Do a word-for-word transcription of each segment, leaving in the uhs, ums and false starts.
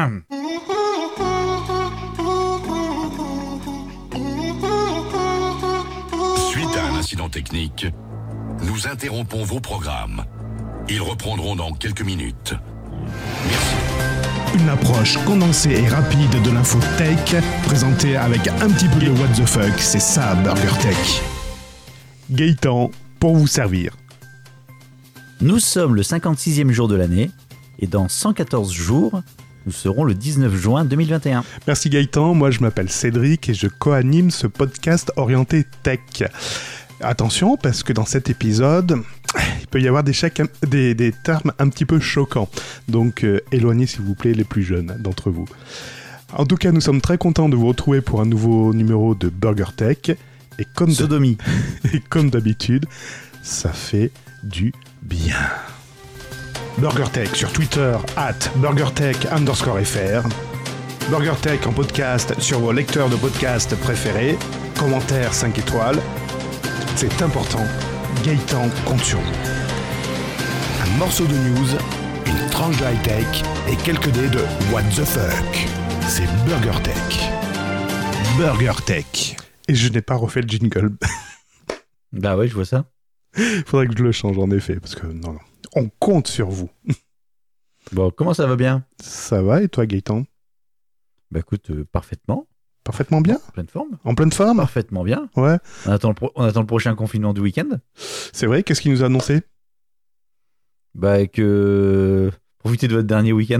Suite à un incident technique, nous interrompons vos programmes. Ils reprendront dans quelques minutes. Merci. Une approche condensée et rapide de l'info tech, présentée avec un petit peu de what the fuck, c'est ça Burger Tech. Gaëtan, pour vous servir. Nous sommes le cinquante-sixième jour de l'année, et dans cent quatorze jours, nous serons le dix-neuf juin deux mille vingt et un. Merci Gaëtan, moi je m'appelle Cédric et je co-anime ce podcast orienté tech. Attention, parce que dans cet épisode, il peut y avoir des, chèques, des, des termes un petit peu choquants. Donc euh, éloignez s'il vous plaît les plus jeunes d'entre vous. En tout cas, nous sommes très contents de vous retrouver pour un nouveau numéro de Burger Tech. Et comme, Sodomie. et comme d'habitude, ça fait du bien. Burger Tech sur Twitter, at BurgerTech underscore fr. Burger Tech en podcast sur vos lecteurs de podcasts préférés. Commentaires cinq étoiles. C'est important, Gaëtan compte sur vous. Un morceau de news, une tranche de high-tech et quelques dés de what the fuck. C'est Burger Tech. Burger Tech. Et je n'ai pas refait le jingle. Bah ouais, je vois ça. Faudrait que je le change en effet, parce que non, non. On compte sur vous. Bon, comment ça va bien ? Ça va et toi Gaëtan ? Bah écoute, euh, parfaitement. Parfaitement bien ? En pleine forme. En pleine forme ? Parfaitement bien. Ouais. On attend, le pro- on attend le prochain confinement du week-end. C'est vrai, qu'est-ce qu'il nous a annoncé ? Bah que... Profitez de votre dernier week-end.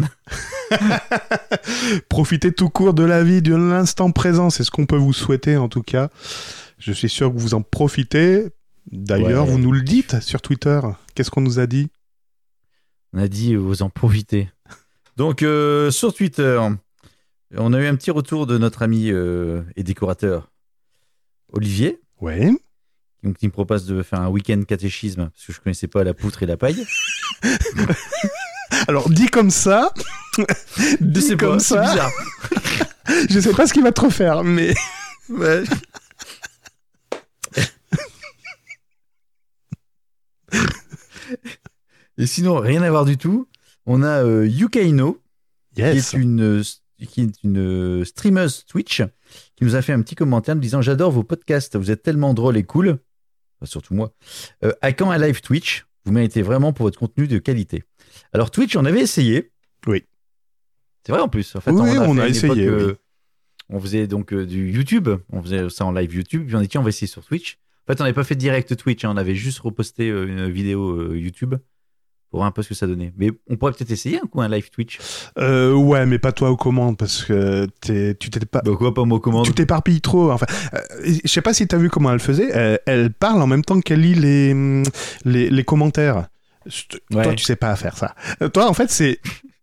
Profitez tout court de la vie, de l'instant présent, c'est ce qu'on peut vous souhaiter en tout cas. Je suis sûr que vous en profitez. D'ailleurs, Ouais. vous nous le dites sur Twitter. Qu'est-ce qu'on nous a dit ? On a dit, vous en profitez. Donc, euh, sur Twitter, on a eu un petit retour de notre ami euh, et décorateur Olivier, Ouais. donc, qui me propose de faire un week-end catéchisme, parce que je ne connaissais pas la poutre et la paille. Alors, dit comme ça, dit C'est comme pas, ça, c'est bizarre. je sais pas ce qu'il va te refaire, mais... Ouais. Et sinon, rien à voir du tout. On a euh, Yukaino, Yes. qui est une, euh, qui est une euh, streameuse Twitch, qui nous a fait un petit commentaire en disant « J'adore vos podcasts, vous êtes tellement drôles et cool. » Enfin, surtout moi. Euh, à quand un live Twitch ? Vous méritez vraiment pour votre contenu de qualité. Alors Twitch, on avait essayé. Oui. C'est vrai en plus. En fait, Oui, on a, on fait a une essayé, époque, oui. euh, on faisait donc euh, du YouTube. On faisait ça en live YouTube. Puis on dit tiens, on va essayer sur Twitch. En fait, on n'avait pas fait de direct Twitch. Hein, on avait juste reposté euh, une vidéo euh, YouTube pour voir un peu ce que ça donnait. Mais on pourrait peut-être essayer un coup un live Twitch. Euh, ouais, mais pas toi aux commandes, parce que t'es, tu t'es pas... Bah quoi, pas moi commande. Tu t'éparpilles trop. Enfin, euh, je sais pas si t'as vu comment elle faisait. Elle, elle parle en même temps qu'elle lit les, les, les commentaires. Je- Ouais. Toi, tu sais pas faire ça. Euh, Toi, en fait, c'est...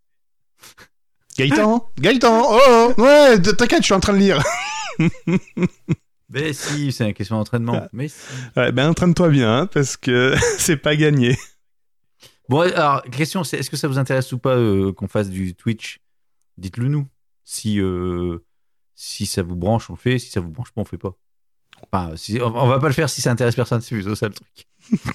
Gaëtan Gaëtan Oh, oh ouais, t'inquiète, je suis en train de lire. Mais si, c'est une question d'entraînement. Mais si. Ouais, ben, entraîne-toi bien, hein, parce que c'est pas gagné. Bon, alors, question, c'est est-ce que ça vous intéresse ou pas euh, qu'on fasse du Twitch ? Dites-le nous. Si, euh, si ça vous branche, on le fait. Si ça vous branche pas, on le fait pas. Enfin, si, on, on va pas le faire si ça intéresse personne. C'est plutôt ça le truc.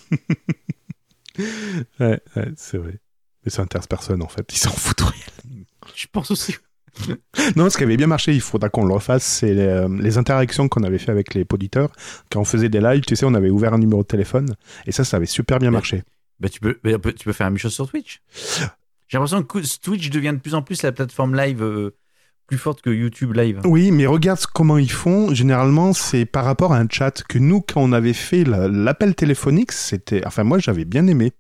Ouais, ouais, c'est vrai. Mais ça intéresse personne, en fait. Ils s'en foutent réel. Je pense aussi. Non, ce qui avait bien marché, il faudra qu'on le refasse, c'est les, euh, les interactions qu'on avait fait avec les auditeurs. Quand on faisait des lives, tu sais, on avait ouvert un numéro de téléphone. Et ça, ça avait super bien Ouais. marché. Bah, tu peux, bah, tu peux faire la même chose sur Twitch. J'ai l'impression que Twitch devient de plus en plus la plateforme live euh, plus forte que YouTube Live. Oui, mais regarde comment ils font. Généralement, c'est par rapport à un chat que nous, quand on avait fait la- l'appel téléphonique, c'était... Enfin, moi, j'avais bien aimé.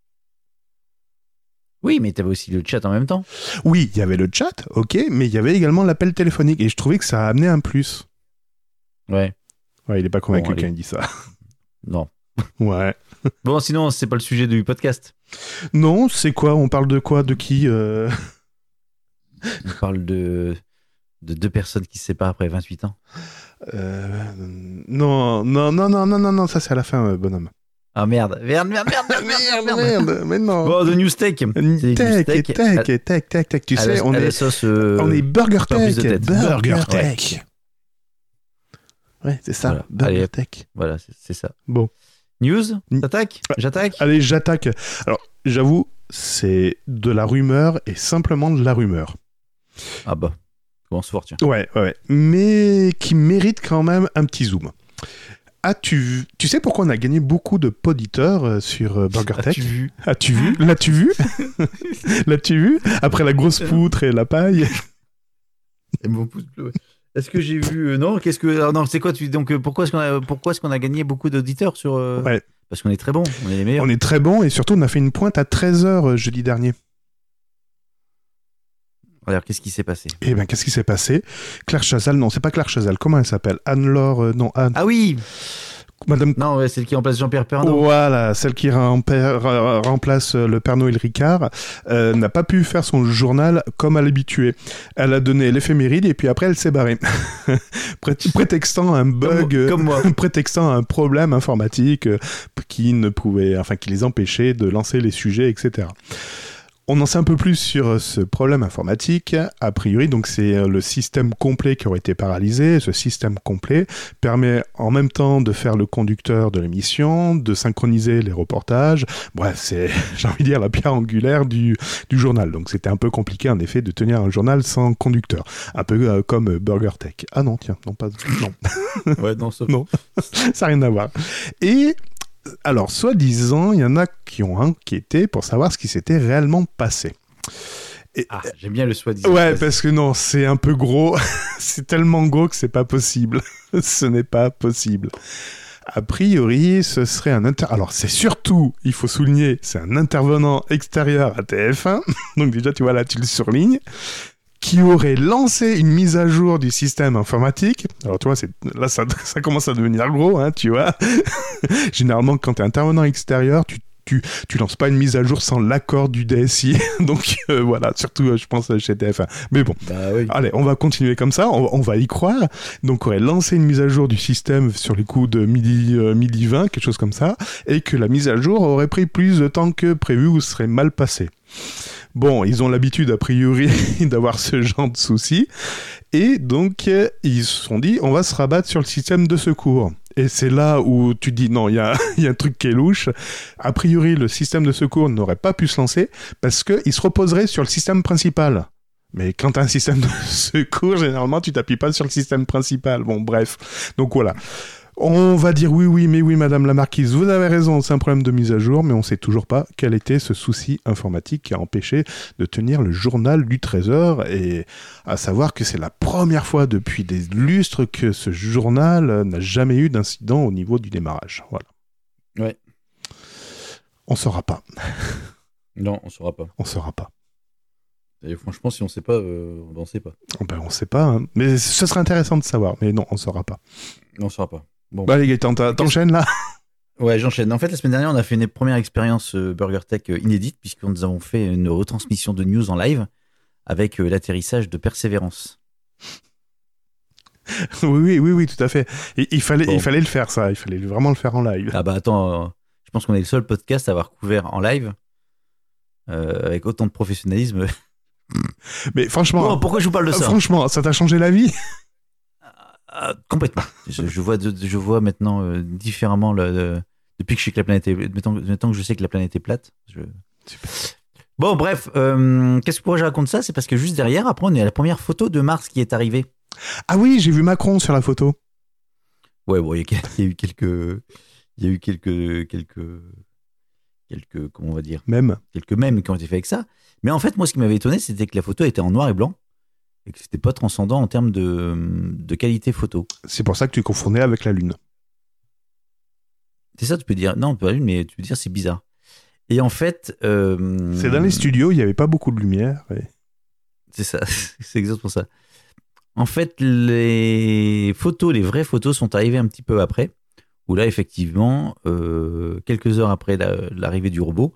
Oui, mais t'avais aussi le chat en même temps. Oui, il y avait le chat, ok, mais il y avait également l'appel téléphonique. Et je trouvais que ça a amené un plus. Ouais. Ouais, il est pas convaincu Bon, allez. quand il dit ça. Non. Ouais. Bon, sinon, c'est pas le sujet du podcast. Non, c'est quoi ? On parle de quoi ? De qui euh... On parle de, de deux personnes qui se séparent après vingt-huit ans. Euh, Non, non, non, non, non, non, non, ça c'est à la fin, euh, bonhomme. Ah merde, merde, merde, merde, merde, merde, merde. Merde, mais non. Bon, de News Tech. C'est des news Tech, tech. tech, À- tech, tech, tech, tech. Tu à sais, la- on à la est, sauce, euh, on est Burger pas plus de Tech. tête. Burger Ouais. Tech. Ouais, c'est ça, Voilà. Burger Allez. Tech. Voilà, c'est, c'est ça. Bon, News Mm. T'attaques J'attaque allez, j'attaque. Alors, j'avoue, c'est de la rumeur et simplement de la rumeur. Ah bah, commence fort, tiens. Ouais, ouais, ouais. Mais qui mérite quand même un petit zoom. As-tu vu... Tu sais pourquoi on a gagné beaucoup de poditeurs sur euh, BurgerTech ? As-tu vu ? As-tu vu ? L'as-tu vu ? L'as-tu vu ? Après la grosse poutre et la paille. Et mon pouce bleu, ouais. Est-ce que j'ai vu euh, non qu'est-ce que alors, non c'est quoi tu donc euh, pourquoi est-ce qu'on a pourquoi est-ce qu'on a gagné beaucoup d'auditeurs sur euh... Ouais. Parce qu'on est très bons, on est les meilleurs. On est très bons et surtout on a fait une pointe à treize heures euh, jeudi dernier. Alors qu'est-ce qui s'est passé ? Eh bien qu'est-ce qui s'est passé ? Claire Chazal, non c'est pas Claire Chazal, comment elle s'appelle ? Anne-Laure, euh, non Anne. Ah oui. Madame. Non, ouais, celle qui remplace Jean-Pierre Pernaut. Voilà, celle qui rempa- remplace le Père Noël Ricard, euh, n'a pas pu faire son journal comme à l'habitué. Elle a donné l'éphéméride et puis après elle s'est barrée. Pré- prétextant un bug, comme, comme moi. prétextant un problème informatique euh, qui ne pouvait, enfin qui les empêchait de lancer les sujets, et cetera. On en sait un peu plus sur ce problème informatique. A priori, donc c'est le système complet qui aurait été paralysé. Ce système complet permet en même temps de faire le conducteur de l'émission, de synchroniser les reportages. Bref, c'est, j'ai envie de dire, la pierre angulaire du, du journal. Donc c'était un peu compliqué, en effet, de tenir un journal sans conducteur. Un peu euh, comme BurgerTech. Ah non, tiens, non, pas... Non. Ouais, non, ça... non. Ça n'a rien à voir. Et... Alors, soi-disant, il y en a qui ont enquêté pour savoir ce qui s'était réellement passé. Et... Ah, j'aime bien le soi-disant. Ouais, parce que non, c'est un peu gros. C'est tellement gros que c'est pas possible. Ce n'est pas possible. A priori, ce serait un inter... Alors, c'est surtout, il faut souligner, c'est un intervenant extérieur à T F un. Donc déjà, tu vois, là, tu le surlignes. Qui aurait lancé une mise à jour du système informatique. Alors, tu vois, c'est... là, ça, ça commence à devenir gros, hein, tu vois. Généralement, quand tu es intervenant extérieur, tu, tu, tu lances pas une mise à jour sans l'accord du D S I. Donc, euh, voilà, surtout, euh, je pense, chez T F un. Mais bon, bah, oui. Allez, on va continuer comme ça, on, on va y croire. Donc, on aurait lancé une mise à jour du système sur les coups de midi, euh, midi vingt, quelque chose comme ça, et que la mise à jour aurait pris plus de temps que prévu ou serait mal passée. Bon, ils ont l'habitude, a priori, d'avoir ce genre de soucis. Et donc, euh, ils se sont dit, on va se rabattre sur le système de secours. Et c'est là où tu dis, non, il y a, y a un truc qui est louche. A priori, le système de secours n'aurait pas pu se lancer parce qu'il se reposerait sur le système principal. Mais quand tu as un système de secours, généralement, tu t'appuies pas sur le système principal. Bon, bref. Donc voilà. On va dire oui, oui, mais oui, madame la marquise, vous avez raison, c'est un problème de mise à jour, mais on sait toujours pas quel était ce souci informatique qui a empêché de tenir le journal du treize heures, et à savoir que c'est la première fois depuis des lustres que ce journal n'a jamais eu d'incident au niveau du démarrage. Voilà. Ouais. On saura pas. Non, on saura pas. On saura pas. Et franchement, si on sait pas, euh, on ne sait pas. Ben, on sait pas, hein. Mais ce serait intéressant de savoir, mais non, on saura pas. On saura pas. Bon. Bah, les gars, t'enchaînes là ? Ouais, j'enchaîne. En fait, la semaine dernière, on a fait une première expérience euh, BurgerTech euh, inédite, puisque nous avons fait une retransmission de news en live avec euh, l'atterrissage de Persévérance. oui, oui, oui, oui, tout à fait. Il, il, fallait, bon. il fallait le faire, ça. Il fallait vraiment le faire en live. Ah bah attends, euh, je pense qu'on est le seul podcast à avoir couvert en live euh, avec autant de professionnalisme. Mais franchement... Bon, pourquoi je vous parle de ça ? Franchement, ça t'a changé la vie ? Euh, complètement. je, je, vois, je vois maintenant euh, différemment le, le, depuis que je sais que la planète est maintenant, maintenant que je sais que la planète est plate. Je... Bon, bref, euh, qu'est-ce que pourquoi je raconte ça ? C'est parce que juste derrière, après, on est à la première photo de Mars qui est arrivée. Ah oui, j'ai vu Macron sur la photo. Ouais, bon, il y, y a eu quelques, il y a eu quelques, quelques, quelques, comment on va dire, mèmes, quelques mèmes qui ont été faits avec ça. Mais en fait, moi, ce qui m'avait étonné, c'était que la photo était en noir et blanc. Et que c'était pas transcendant en termes de, de qualité photo. C'est pour ça que tu confondais avec la Lune. C'est ça, tu peux dire, non, pas la Lune, mais tu peux dire c'est bizarre. Et en fait... Euh, c'est dans les studios, il n'y avait pas beaucoup de lumière. Et... C'est ça, c'est exactement ça. En fait, les photos, les vraies photos sont arrivées un petit peu après, où là, effectivement, euh, quelques heures après la, l'arrivée du robot,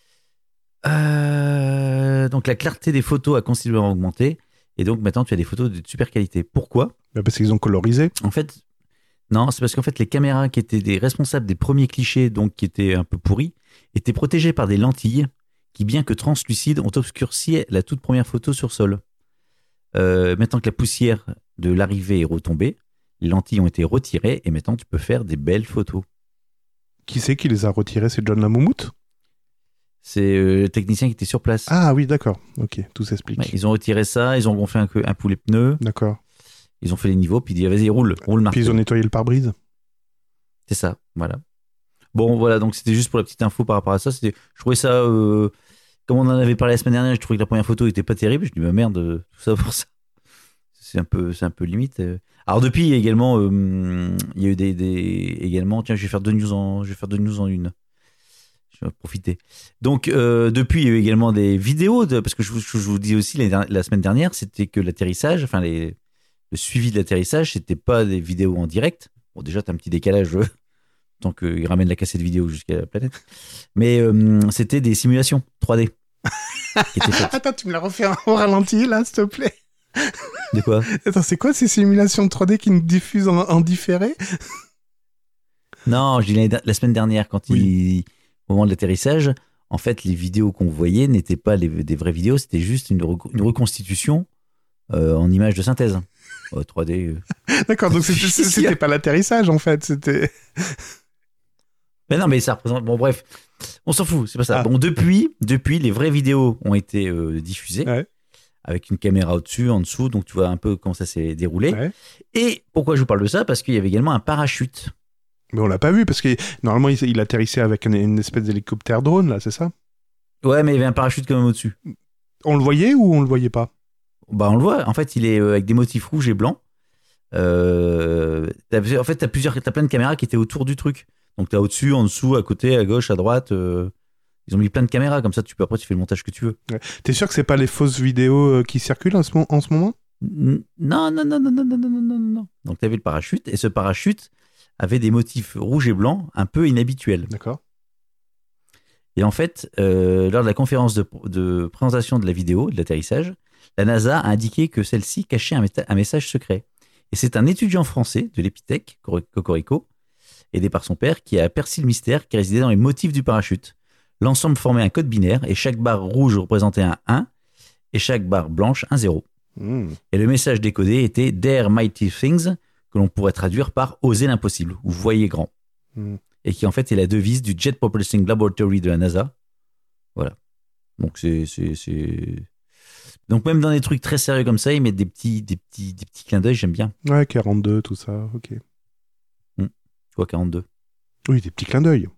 euh, donc la clarté des photos a considérablement augmenté. Et donc, maintenant, tu as des photos de super qualité. Pourquoi ? Bah parce qu'ils ont colorisé. En fait, non, c'est parce qu'en fait, les caméras qui étaient des responsables des premiers clichés, donc qui étaient un peu pourris, étaient protégées par des lentilles qui, bien que translucides, ont obscurci la toute première photo sur sol. Euh, maintenant que la poussière de l'arrivée est retombée, les lentilles ont été retirées et maintenant, tu peux faire des belles photos. Qui c'est qui les a retirées ? C'est John Lamoumout ? C'est euh, le technicien qui était sur place. Ah oui, d'accord. Ok, tout s'explique. Ouais, ils ont retiré ça, ils ont gonflé un, un poulet pneu, D'accord. ils ont fait les niveaux, puis ils disent vas-y, roule, roule Marc. Puis ils ont nettoyé le pare-brise. C'est ça, voilà. Bon, voilà, donc c'était juste pour la petite info par rapport à ça. C'était, je trouvais ça, euh, comme on en avait parlé la semaine dernière, je trouvais que la première photo était pas terrible. Je dis, bah merde, tout ça pour ça. C'est un peu, c'est un peu limite. Alors depuis, il y a également, euh, il y a eu des, des, également, tiens, je vais faire deux news en, je vais faire deux news en une. Je vais en profiter. Donc euh, depuis, il y a eu également des vidéos de, parce que je, je, je vous dis aussi la, la semaine dernière, c'était que l'atterrissage, enfin les, le suivi de l'atterrissage, c'était pas des vidéos en direct. Bon, déjà, t'as un petit décalage. Euh, tant qu'il ramène la cassette vidéo jusqu'à la planète. Mais euh, c'était des simulations trois D. Qui étaient faites. Attends, tu me l'as refait au ralenti, là, s'il te plaît. De quoi ? Attends, c'est quoi ces simulations trois D qui nous diffusent en, en différé ? Non, je dis la, la semaine dernière, quand oui. il, au moment de l'atterrissage, en fait, les vidéos qu'on voyait n'étaient pas les, des vraies vidéos, c'était juste une, une reconstitution euh, en images de synthèse. Oh, trois D. Euh... D'accord, donc c'était, c'était pas l'atterrissage, en fait, c'était... Mais non, mais ça représente. Bon, bref, on s'en fout, c'est pas ça. Ah. Bon, depuis, depuis, les vraies vidéos ont été euh, diffusées ouais. avec une caméra au-dessus, en dessous, donc tu vois un peu comment ça s'est déroulé. Ouais. Et pourquoi je vous parle de ça ? Parce qu'il y avait également un parachute. Mais on l'a pas vu parce que normalement il, il atterrissait avec une, une espèce d'hélicoptère drone, là, c'est ça ? Ouais, mais il y avait un parachute quand même au-dessus. On le voyait ou on le voyait pas ? Bah, on le voit. En fait, il est euh, avec des motifs rouges et blancs. Euh, t'as, en fait, t'as plusieurs, t'as plein de caméras qui étaient autour du truc. Donc, tu as au-dessus, en dessous, à côté, à gauche, à droite. Euh, ils ont mis plein de caméras. Comme ça, tu peux, après, tu fais le montage que tu veux. Ouais. T'es sûr que c'est pas les fausses vidéos euh, qui circulent en ce, en ce moment ? Non, non, non, non, non, non, non, non, non, non. Donc, tu avais le parachute. Et ce parachute avait des motifs rouges et blancs un peu inhabituels. D'accord. Et en fait, euh, lors de la conférence de, de présentation de la vidéo, de l'atterrissage, la NASA a indiqué que celle-ci cachait un, méta- un message secret. Et c'est un étudiant français de l'Epitech, Cocorico, aidé par son père, qui a aperçu le mystère qui résidait dans les motifs du parachute. L'ensemble formait un code binaire et chaque barre rouge représentait un un et chaque barre blanche un zéro. Mmh. Et le message décodé était « Dare Mighty Things » que l'on pourrait traduire par « Oser l'impossible » ou « Voyez grand mmh. ». Et qui en fait est la devise du Jet Propulsing Laboratory de la NASA. Voilà. Donc c'est, c'est, c'est... Donc même dans des trucs très sérieux comme ça, ils mettent des petits, des petits, des petits clins d'œil, j'aime bien. Ouais, quarante-deux, tout ça, ok. Pourquoi quarante-deux ? Oui, des petits clins d'œil.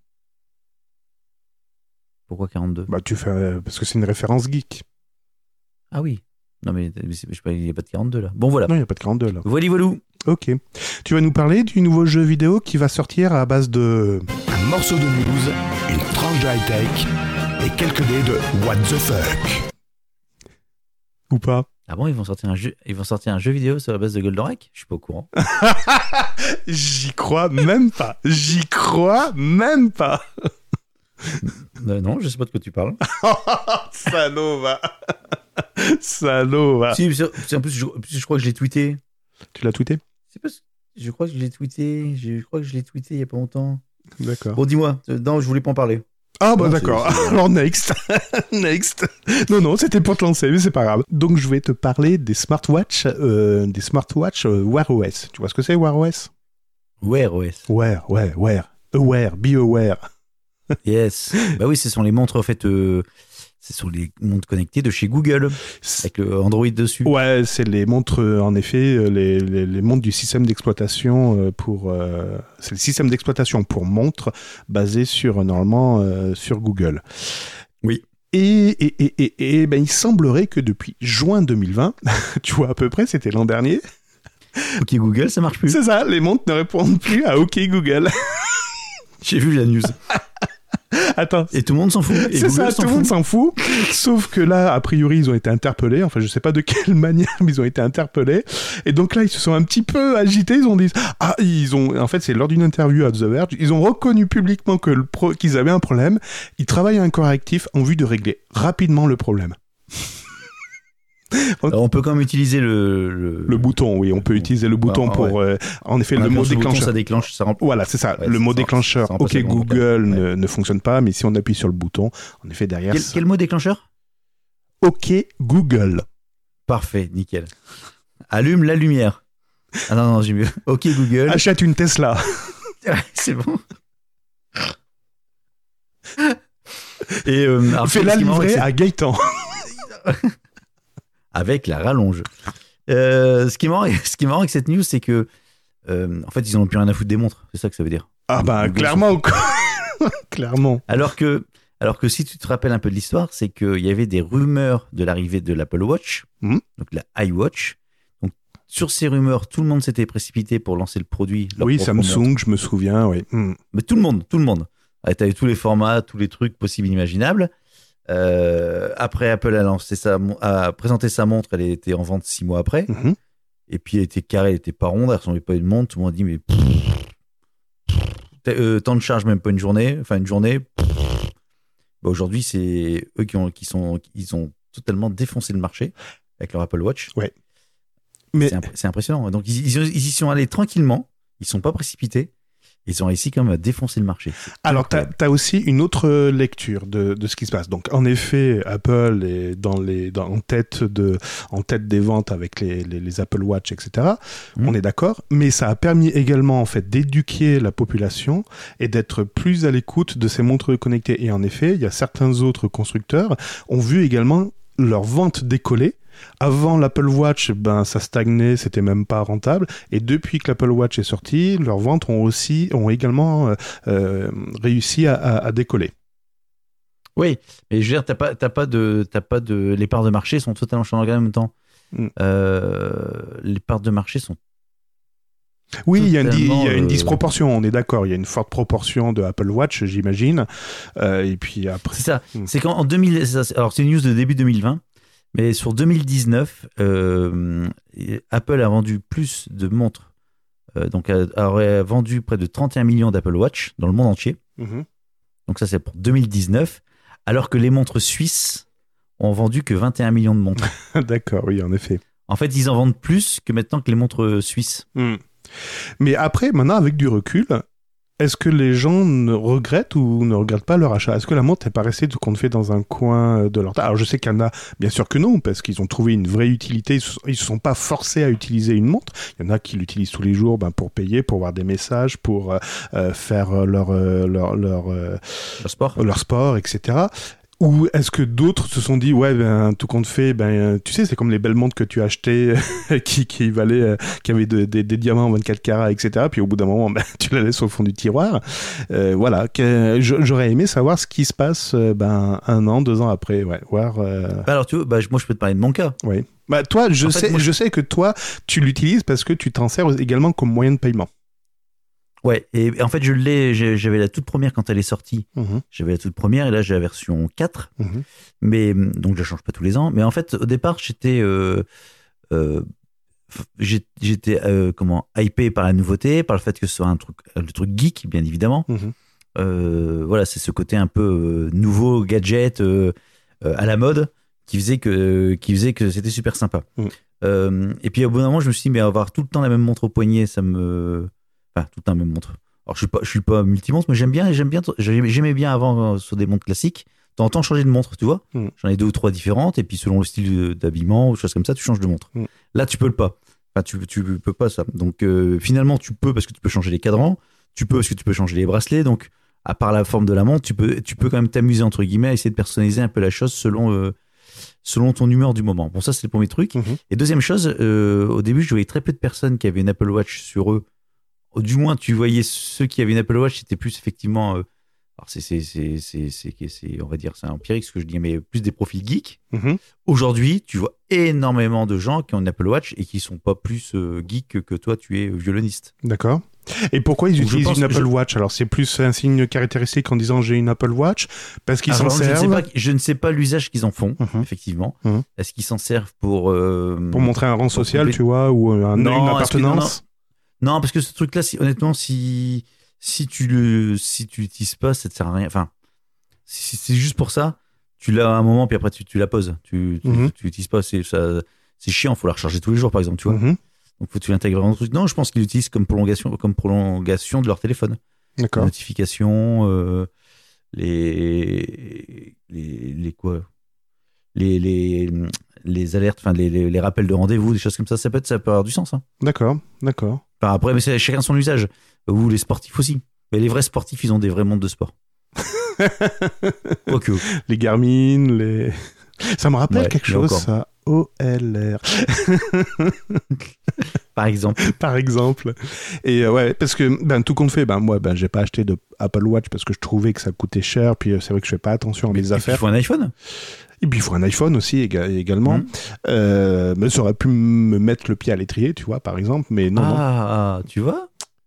Pourquoi quarante-deux ? Bah, tu fais... Parce que c'est une référence geek. Ah oui. Non, mais je sais pas, il n'y a pas de quarante-deux là. Bon, voilà. Non, il n'y a pas de quarante-deux là. Voilà, voilou. Ok. Tu vas nous parler du nouveau jeu vidéo qui va sortir à base de... Un morceau de news, une tranche de high-tech et quelques dés de what the fuck. Ou pas ? Ah bon, ils vont sortir un jeu, ils vont sortir un jeu vidéo sur la base de Goldorak ? Je suis pas au courant. J'y crois même pas. J'y crois même pas. euh, non, je sais pas de quoi tu parles. Salaud, va. Salaud, va. Si, c'est, en plus, je, je crois que je l'ai tweeté. Tu l'as tweeté ? C'est parce que je crois que je l'ai tweeté. Je crois que je l'ai tweeté il y a pas longtemps. D'accord. Bon, dis-moi. Non, je voulais pas en parler. Ah bah non, d'accord, c'est, c'est... alors next, next. Non, non, c'était pour te lancer, mais c'est pas grave. Donc je vais te parler des smartwatches, euh, des smartwatches euh, Wear O S. Tu vois ce que c'est Wear O S ? Wear O S. Wear, ouais, Wear. Aware, be aware. Yes. Bah oui, ce sont les montres en fait... Euh... Ce sont les montres connectées de chez Google, avec le Android dessus. Ouais, c'est les montres, en effet, les, les, les montres du système d'exploitation pour... Euh, c'est le système d'exploitation pour montres basé sur, normalement, euh, sur Google. Oui. Et, et, et, et, et ben, il semblerait que depuis juin deux mille vingt, tu vois à peu près, c'était l'an dernier... OK Google, ça marche plus. C'est ça, les montres ne répondent plus à OK Google. J'ai vu la news. Attends. Et tout le monde s'en fout. Et c'est Google ça, s'en tout le monde s'en fout. Sauf que là, a priori, ils ont été interpellés. Enfin, je sais pas de quelle manière, mais ils ont été interpellés. Et donc là, ils se sont un petit peu agités. Ils ont dit, ah, ils ont, en fait, c'est lors d'une interview à The Verge, ils ont reconnu publiquement que le pro... qu'ils avaient un problème. Ils travaillent à un correctif en vue de régler rapidement le problème. Alors, on peut quand même utiliser le, le... le bouton, oui, on peut utiliser le bouton ah, pour, ouais. euh, en effet, on le mot déclencheur. Bouton, ça déclenche, ça remplit. Voilà, c'est ça. Ouais, le c'est mot ça, déclencheur, ça OK Google ne, ouais. ne fonctionne pas, mais si on appuie sur le bouton, en effet, derrière. Quel, ça... quel mot déclencheur ? OK Google. Parfait, nickel. Allume la lumière. Ah non, non, j'ai mieux. OK Google. Achète une Tesla. C'est bon. Et euh, alors, Fais-la ce qui est marrant, livrer c'est- à Gaëtan. avec la rallonge. Euh, ce qui est marrant, ce qui est marrant avec cette news, c'est que euh, en fait, ils en ont plus rien à foutre des montres. C'est ça que ça veut dire. Ah bah Google clairement quoi. Clairement. Alors que, alors que si tu te rappelles un peu de l'histoire, c'est qu'il y avait des rumeurs de l'arrivée de l'Apple Watch, Mhm. donc la iWatch. Donc, sur ces rumeurs, tout le monde s'était précipité pour lancer le produit. leur Oui, propre montre. Samsung, je me souviens, oui. Hmm. Mais tout le monde, tout le monde. Tu avais tous les formats, tous les trucs possibles et imaginables. Euh, après, Apple a, lancé sa, mon- a présenté sa montre, elle était en vente six mois après. Mhm. Et puis, elle était carrée, elle était pas ronde, elle ressemblait pas à une montre. Tout le monde a dit, mais pff, euh, temps de charge, même pas une journée. Enfin, une journée. Bah, aujourd'hui, c'est eux qui ont, qui sont, ils ont totalement défoncé le marché avec leur Apple Watch. Ouais. Mais C'est, imp- c'est impressionnant. Donc, ils, ils, ils y sont allés tranquillement. Ils sont pas précipités. Ils ont réussi quand même à défoncer le marché. C'est alors, tu incroyable. as aussi une autre lecture de, de ce qui se passe. Donc, en effet, Apple est dans les, dans, en, tête de, en tête des ventes avec les, les, les Apple Watch, et cetera. Mhm. On est d'accord. Mais ça a permis également, en fait, d'éduquer la population et d'être plus à l'écoute de ces montres connectées. Et en effet, il y a certains autres constructeurs ont vu également leur vente décoller. Avant l'Apple Watch, ben ça stagnait, c'était même pas rentable. Et depuis que l'Apple Watch est sorti, leurs ventes ont aussi, ont également euh, euh, réussi à, à, à décoller. Oui, mais je veux dire, t'as pas, t'as pas de, t'as pas de, les parts de marché sont totalement changées en même temps. Mm. Euh, les parts de marché sont. Oui, il y, a une di- il y a Totalement, une euh, disproportion, on est d'accord. Il y a une forte proportion de Apple Watch, j'imagine. Euh, et puis après. C'est ça. Mm. C'est qu'en en deux mille, ça, c'est- alors c'est une news de début deux mille vingt, mais sur deux mille dix-neuf, euh, Apple a vendu plus de montres, euh, donc a- aurait vendu près de trente et un millions d'Apple Watch dans le monde entier. Mhm. Donc ça c'est pour deux mille dix-neuf, alors que les montres suisses ont vendu que vingt et un millions de montres. D'accord, oui, en effet. En fait, ils en vendent plus que maintenant que les montres suisses. Mm. Mais après, maintenant, avec du recul, est-ce que les gens ne regrettent ou ne regrettent pas leur achat ? Est-ce que la montre n'est pas restée tout compte fait dans un coin de leur tête ? Alors, je sais qu'il y en a, bien sûr que non, parce qu'ils ont trouvé une vraie utilité. Ils ne se sont pas forcés à utiliser une montre. Il y en a qui l'utilisent tous les jours ben, pour payer, pour voir des messages, pour euh, faire leur, euh, leur, leur, euh, Le sport. leur sport, et cetera. Ou est-ce que d'autres se sont dit, ouais, ben, tout compte fait, ben, tu sais, c'est comme les belles montres que tu as achetées, qui, qui valaient, euh, qui avaient de- de- des diamants en vingt-quatre carats, et cetera. Puis au bout d'un moment, ben, tu la laisses au fond du tiroir. Euh, voilà. Que, je- j'aurais aimé savoir ce qui se passe, euh, ben, un an, deux ans après, ouais. Voir, euh, Bah alors tu vois, bah, moi je peux te parler de mon cas. ouais. Bah, toi, je En fait, sais, moi, je- je sais que toi, tu l'utilises parce que tu t'en sers également comme moyen de paiement. Ouais, et en fait je l'ai, j'ai- j'avais la toute première quand elle est sortie. Mhm, J'avais la toute première et là j'ai la version quatre. mhm. Mais donc je la change pas tous les ans. Mais en fait au départ j'étais euh, euh, f- j'ai- j'étais euh, comment hypé par la nouveauté, par le fait que ce soit un truc, le truc geek bien évidemment. Mhm. Euh, voilà, c'est ce côté un peu euh, nouveau gadget euh, euh, à la mode qui faisait que qui faisait que c'était super sympa. Mm. Euh, et puis au bout d'un moment je me suis dit mais avoir tout le temps la même montre au poignet, ça me enfin tout le temps la même montre. Alors je suis pas je suis pas multi-montre, mais j'aime bien et j'aime bien j'aimais j'aimais bien avant euh, sur des montres classiques. De temps en temps changer de montre, tu vois. Mm. J'en ai deux ou trois différentes et puis selon le style d'habillement ou choses comme ça, tu changes de montre. Mm. Là tu peux le pas. Enfin tu tu peux pas ça. Donc euh, finalement tu peux parce que tu peux changer les cadrans, tu peux parce que tu peux changer les bracelets. Donc à part la forme de la montre, tu peux, tu peux quand même t'amuser, entre guillemets, à essayer de personnaliser un peu la chose selon, euh, selon ton humeur du moment. Bon, ça, c'est le premier truc. Mhm. Et deuxième chose, euh, au début, je voyais très peu de personnes qui avaient une Apple Watch sur eux. Ou du moins, tu voyais ceux qui avaient une Apple Watch, c'était plus effectivement. Euh, alors, c'est, c'est, c'est, c'est, c'est, c'est, on va dire, c'est empirique ce que je dis, mais plus des profils geeks. Mhm. Aujourd'hui, tu vois énormément de gens qui ont une Apple Watch et qui sont pas plus euh, geeks que toi, tu es violoniste. D'accord. Et pourquoi ils Donc, je utilisent pense une que Apple je- Watch ? Alors, c'est plus un signe caractéristique en disant j'ai une Apple Watch parce qu'ils s'en Alors, je, ne sais servent pas, je ne sais pas l'usage qu'ils en font, Mhm. effectivement. Mhm. Est-ce qu'ils s'en servent pour. euh, pour montrer un rang social, complé- tu vois, ou un, Non, une est-ce que- appartenance. Non, parce que ce truc-là, si, honnêtement, si, si tu le, si tu l'utilises pas, ça te sert à rien. Enfin, si c'est juste pour ça, tu l'as à un moment, puis après tu, tu la poses. Tu, tu, Mhm. tu l'utilises pas, c'est, ça, c'est chiant, faut la recharger tous les jours, par exemple, tu vois. Mhm. Donc, faut que tu l'intègres dans le truc. Non, je pense qu'ils l'utilisent comme prolongation, comme prolongation de leur téléphone. Les D'accord. notifications, euh, les, les, les quoi, les, les, les alertes, enfin, les, les, les rappels de rendez-vous, des choses comme ça, ça peut être, ça peut avoir du sens, hein. D'accord. D'accord. Enfin, après, mais c'est chacun son usage. Ou les sportifs aussi. Mais les vrais sportifs, ils ont des vraies montres de sport. Ok. Les Garmin, les... Ça me rappelle Ouais, quelque mais chose, encore. ça. O L R. Par exemple. Par exemple. Et euh, ouais, parce que ben, tout compte fait, ben, moi, ben, j'ai pas acheté de Apple Watch parce que je trouvais que ça coûtait cher. Puis euh, c'est vrai que je fais pas attention à mes Et puis, affaires. il faut un iPhone. Et puis il faut un iPhone aussi éga- également. Mmh. Euh, mais ça aurait pu me mettre le pied à l'étrier, tu vois, par exemple. Mais non, non. Ah, tu vois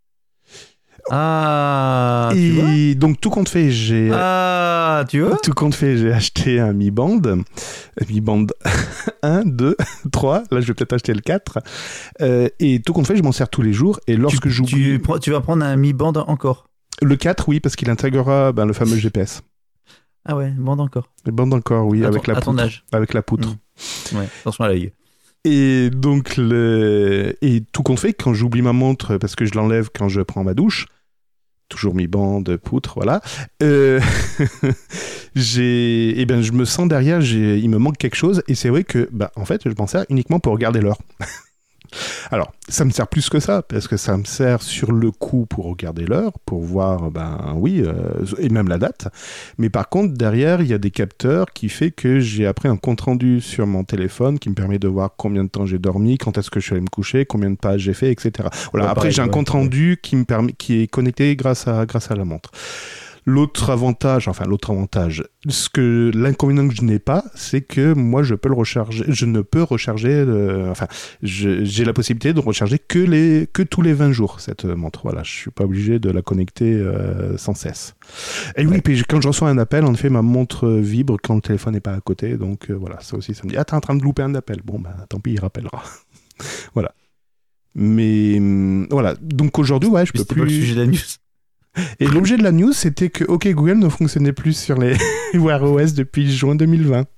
Ah, tu vois Et donc tout compte fait, j'ai Ah, tu vois tout compte fait, j'ai acheté un Mi Band, un Mi Band un, deux, trois. Là, je vais peut-être acheter le quatre. Euh, et tout compte fait, je m'en sers tous les jours. Et lorsque tu, j'oublie tu, prends- tu vas prendre un Mi Band encore. le quatre, oui, parce qu'il intégrera ben, le fameux G P S. Ah ouais, Band encore. Le Band encore, oui, À avec ton- la à ton poutre. âge. Avec la poutre. Mmh. Ouais, attention à l'œil. Et donc, le... et tout compte fait, quand j'oublie ma montre, parce que je l'enlève quand je prends ma douche, toujours Mi Band, poutre, voilà, euh... j'ai... Eh ben, je me sens derrière, j'ai... il me manque quelque chose, et c'est vrai que, bah, en fait, je m'en sers uniquement pour regarder l'heure. Alors, ça me sert plus que ça, parce que ça me sert sur le coup pour regarder l'heure, pour voir, ben oui, euh, et même la date. Mais par contre, derrière, il y a des capteurs qui fait que j'ai après un compte-rendu sur mon téléphone qui me permet de voir combien de temps j'ai dormi, quand est-ce que je suis allé me coucher, combien de pages j'ai fait, et cetera. Voilà, Ouais, après, pareil, j'ai un ouais, compte-rendu qui me permet, qui est connecté grâce à, grâce à la montre. L'autre avantage, enfin l'autre avantage, ce que l'inconvénient que je n'ai pas, c'est que moi je peux le recharger, je ne peux recharger, euh, enfin je, j'ai la possibilité de recharger que les que tous les vingt jours cette montre. Voilà, je suis pas obligé de la connecter euh, sans cesse. Et oui, Ouais. puis quand je reçois un appel, en effet ma montre vibre quand le téléphone n'est pas à côté, donc euh, voilà, ça aussi ça me dit ah t'es en train de louper un appel. Bon bah tant pis, il rappellera. Voilà. Mais hum, voilà, donc aujourd'hui ouais je Mais peux c'était plus. pas le sujet de la news. Et l'objet de la news, c'était que OK Google ne fonctionnait plus sur les Wear O S depuis juin deux mille vingt.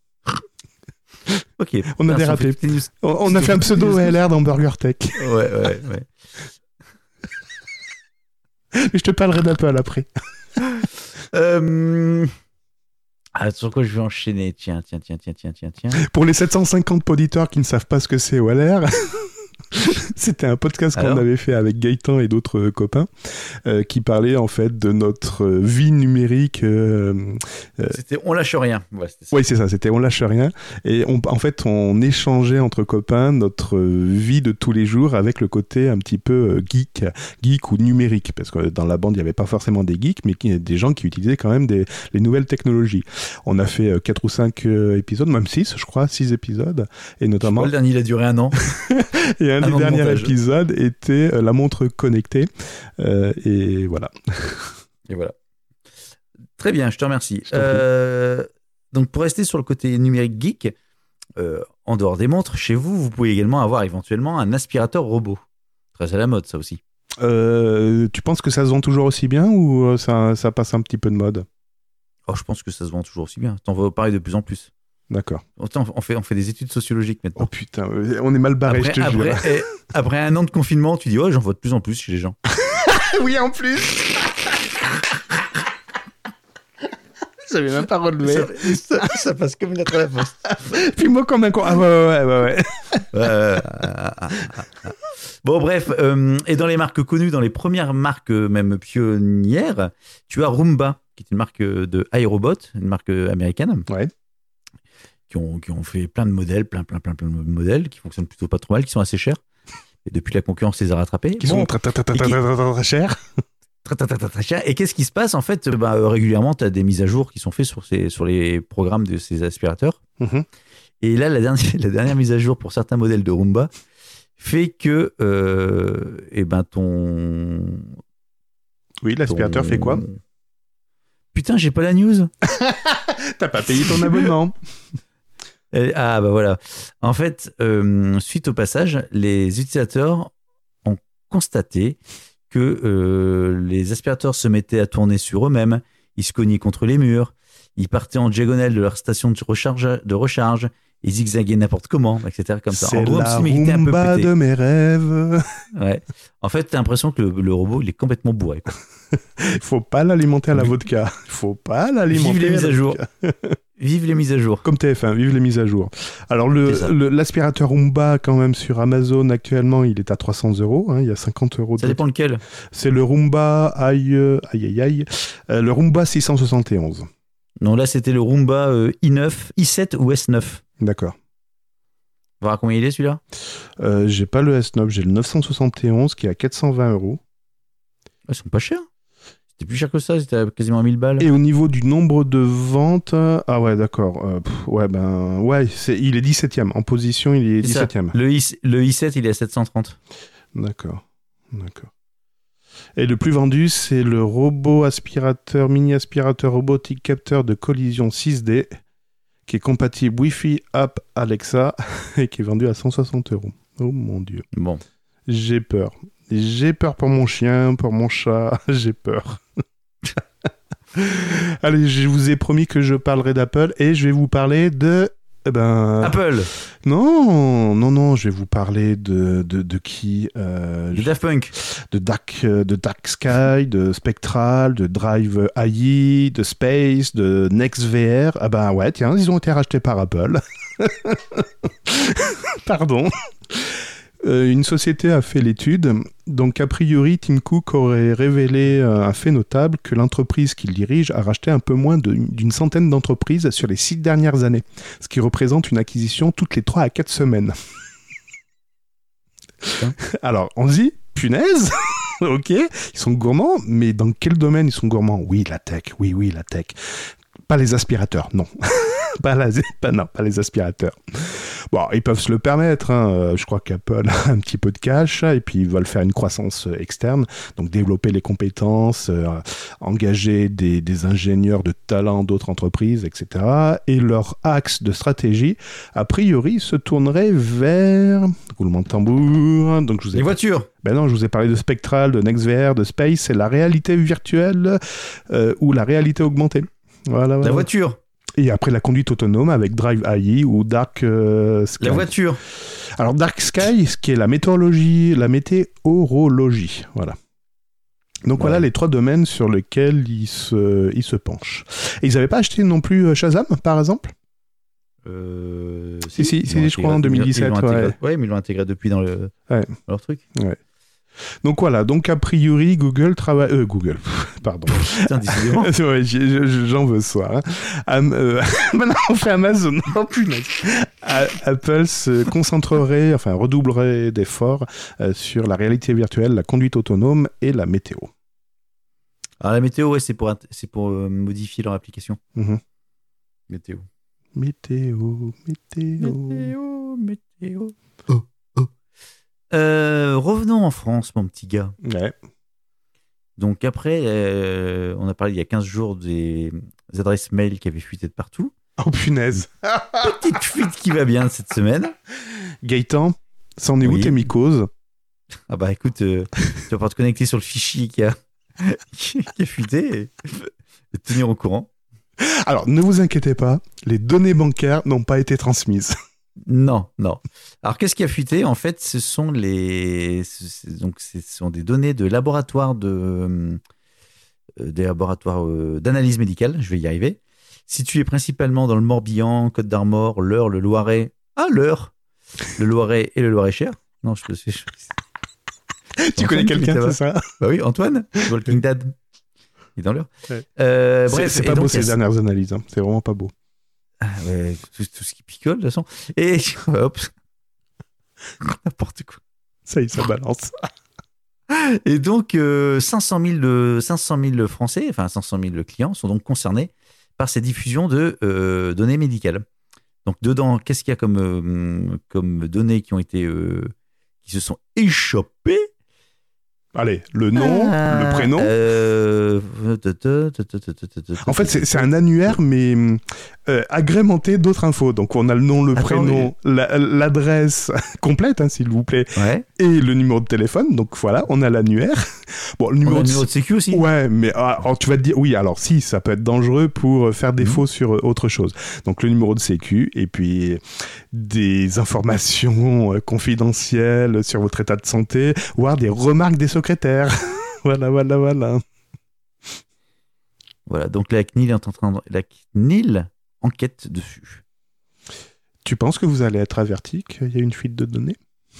Ok. On a Putain, si dérapé. fait toutes les news- On, on a si fait un toutes les pseudo news- O L R dans Burger Tech. Ouais, ouais, ouais. Mais je te parlerai d'Apple après. Euh... Ah, sur quoi je vais enchaîner? Tiens, tiens, tiens, tiens, tiens, tiens, tiens. Pour les sept cent cinquante auditeurs qui ne savent pas ce que c'est O L R, c'était un podcast qu'on Alors avait fait avec Gaëtan et d'autres euh, copains euh, qui parlait en fait de notre euh, vie numérique. Euh, euh, C'était On lâche rien. Ouais, c'était ça. Oui, c'est ça, c'était on lâche rien. Et on, en fait, on échangeait entre copains notre euh, vie de tous les jours avec le côté un petit peu euh, geek, geek ou numérique. Parce que dans la bande, il n'y avait pas forcément des geeks, mais qui, des gens qui utilisaient quand même des, les nouvelles technologies. On a fait euh, quatre ou cinq euh, épisodes, même six, je crois, six épisodes. Et notamment, Ouais, le dernier, il a duré un an. et un un des an de derniers montage. épisodes était euh, la montre connectée. Euh, et voilà. Et voilà. Très bien, je te remercie. Je t'en prie. Euh, donc, pour rester sur le côté numérique geek, euh, en dehors des montres, chez vous, vous pouvez également avoir éventuellement un aspirateur robot. Très à la mode, ça aussi. Euh, tu penses que ça se vend toujours aussi bien ou euh, ça, ça passe un petit peu de mode? Oh, je pense que ça se vend toujours aussi bien. T'en vois pareil de plus en plus. D'accord. Attends, on fait, on fait des études sociologiques maintenant. Oh putain, on est mal barré, après, je te jure. après, eh, après un an de confinement, tu dis, ouais, j'en vois de plus en plus chez les gens. Oui, en plus. J'avais même pas relevé. Ça, ça- ça passe comme une lettre à la poste. Puis moi, comme un con. Ah ouais, ouais, ouais, ouais. Euh, ah, ah, ah, ah. Bon, bref, euh, et dans les marques connues, dans les premières marques euh, même pionnières, tu as Roomba, qui est une marque de iRobot, une marque américaine, Ouais. qui ont, qui ont fait plein de modèles, plein, plein, plein, plein de modèles, qui fonctionnent plutôt pas trop mal, qui sont assez chers. Et depuis, la concurrence les a rattrapés. Qui Bon, sont très, très, très, très, et qui- très, très, très chers. très, très, très, très, très cher. Et qu'est-ce qui se passe en fait bah, euh, régulièrement, tu as des mises à jour qui sont faites sur, ces, sur les programmes de ces aspirateurs. Mhm. Et là, la dernière, la dernière mise à jour pour certains modèles de Roomba fait que euh, eh ben, ton. Oui, l'aspirateur ton- fait quoi? Putain, j'ai pas la news. T'as pas payé ton abonnement. Euh, Ah, bah voilà. En fait, euh, suite au passage, les utilisateurs ont constaté que euh, les aspirateurs se mettaient à tourner sur eux-mêmes, ils se cognaient contre les murs, ils partaient en diagonale de leur station de recharge, de recharge ils zigzaguaient n'importe comment, et cetera. Comme ça. En C'est gros, la un petit était un peu Roomba pété. de mes rêves. Ouais. En fait, t'as l'impression que le, le robot, il est complètement bourré. Quoi. Faut pas l'alimenter à la Oui. vodka. Faut pas l'alimenter. Vive les à la mises à jour. vodka. Vive les mises à jour. Comme T F un, vive les mises à jour. Alors, le, C'est ça. le- l'aspirateur Roomba, quand même, sur Amazon, actuellement, il est à trois cents euros. hein, Il y a cinquante euros de... Ça dépend lequel. C'est le Roomba, aïe, euh, aïe, aïe, aïe, euh, le Roomba six cent soixante et onze. Non, là, c'était le Roomba euh, i neuf, i sept ou S neuf. D'accord. On va voir combien il est, celui-là. Euh, j'ai pas le S neuf, j'ai le neuf cent soixante et onze qui est à quatre cent vingt euros. Ils sont pas chers. C'était plus cher que ça, c'était à quasiment mille balles. Et au niveau du nombre de ventes, euh, ah ouais, d'accord. euh, pff, ouais, ben, ouais, c'est, il est dix-septième. En position, il est C'est ça. dix-septième. Le, I, le i sept, il est à sept cent trente. D'accord. D'accord. Et le plus vendu, c'est le robot aspirateur, mini aspirateur robotique capteur de collision six D, qui est compatible Wi-Fi, app, Alexa, et qui est vendu à cent soixante euros. Oh mon Dieu. Bon. J'ai peur. J'ai peur pour mon chien, pour mon chat, j'ai peur. Allez, je vous ai promis que je parlerai d'Apple et je vais vous parler de... eh ben... Apple. Non, non, non, je vais vous parler de, de, de qui euh, De Daft Punk. de Dark, euh, de Dark Sky, de Spectral, de Drive A I, de Space, de NextVR. Ah ben ouais, tiens, ils ont été rachetés par Apple. Pardon. Euh, une société a fait l'étude. Donc, a priori, Tim Cook aurait révélé euh, un fait notable que l'entreprise qu'il dirige a racheté un peu moins de- d'une centaine d'entreprises sur les six dernières années, ce qui représente une acquisition toutes les trois à quatre semaines. Putain. Alors, on se dit, punaise. Ok, ils sont gourmands, mais dans quel domaine ils sont gourmands? Oui, la tech, oui, oui, la tech. Pas les aspirateurs, non. pas, la, pas, non, pas les aspirateurs. Bon, ils peuvent se le permettre. Hein. Je crois qu'Apple a un petit peu de cash et puis ils veulent faire une croissance externe, donc développer les compétences, euh, engager des, des ingénieurs de talent d'autres entreprises, et cetera. Et leur axe de stratégie, a priori, se tournerait vers roulement de tambour. Donc je vous ai Les voitures. ben non, je vous ai parlé de Spectral, de NextVR, de Space, c'est la réalité virtuelle euh, ou la réalité augmentée. Voilà, voilà. La voiture. Et après la conduite autonome avec Drive A I ou Dark euh, Sky. La voiture. Alors Dark Sky, ce qui est la météorologie, la météorologie, voilà. Donc Ouais. voilà les trois domaines sur lesquels ils se, ils se penchent. Et ils n'avaient pas acheté non plus euh, Shazam, par exemple? Euh, Si, si, ils si, l'ont je intégré- crois en deux mille dix-sept, ils l'ont intégré- ouais. Ouais, mais ils l'ont intégré depuis dans, le... Ouais. dans leur truc. Donc voilà, donc a priori Google travaille... Euh, Google, pardon. Putain, décidément. Ouais, j'ai- j'ai- j'en veux ce soir. Hein. Am- euh, Maintenant, on fait Amazon. Oh, punaise. A- Apple se concentrerait, enfin redoublerait d'efforts euh, sur la réalité virtuelle, la conduite autonome et la météo. Alors la météo, ouais, c'est pour, int- c'est pour euh, modifier leur application. Mhm. Météo. Météo, météo. Météo, météo. Oh, oh. Euh, revenons en France, mon petit gars. Ouais. Donc après, euh, on a parlé il y a quinze jours des adresses mail qui avaient fuité de partout. Oh punaise. Petite fuite qui va bien cette semaine. Gaëtan, c'en est où Oui. tes mycoses? Ah bah écoute, euh, tu vas pouvoir te connecter sur le fichier qui a, qui a fuité et, et te tenir au courant. Alors, ne vous inquiétez pas, les données bancaires n'ont pas été transmises. Non, non. Alors qu'est-ce qui a fuité? En fait, ce sont les, c'est- donc ce sont des données de laboratoires de, euh, des laboratoires euh, d'analyse médicale. Je vais y arriver. Situés principalement dans le Morbihan, Côte d'Armor, l'Eure, le Loiret. Ah l'Eure, le Loiret et le Loiret-Cher. Non, je le sais. je- Tu connais Antoine qui quelqu'un, était c'est là-bas. ça? Bah oui, Antoine, Walking Dead. Il est dans l'Eure. Ouais. Euh, C'est- bref, c'est et pas donc, beau il y a- ces dernières analyses, hein. C'est vraiment pas beau. Ah ouais, tout, tout ce qui picole, de toute façon. Et hop, n'importe quoi. Ça y est, ça balance. Et donc, euh, cinq cent mille, de- cinq cent mille Français, enfin cinq cent mille clients, sont donc concernés par ces diffusions de euh, données médicales. Donc, dedans, qu'est-ce qu'il y a comme, euh, comme données qui ont été, euh, qui se sont échappées? Allez, le nom, Ah, le prénom. euh, En fait, c'est c'est un annuaire, mais euh, agrémenté d'autres infos. Donc, on a le nom, le Attends, prénom, la- l'adresse complète, hein, s'il vous plaît, Ouais. et le numéro de téléphone. Donc, voilà, on a l'annuaire. Bon, le On numéro, a le de... numéro de sécu aussi. Ouais, mais ah, alors, tu vas te dire, oui, alors si, ça peut être dangereux pour faire défaut Mhm. sur euh, autre chose. Donc, le numéro de sécu, et puis des informations euh, confidentielles sur votre état de santé, voire des remarques des secrétaires. Voilà, voilà, voilà. Voilà, donc la C N I L est en train de, la C N I L enquête dessus. Tu penses que vous allez être averti qu'il y a une fuite de données ?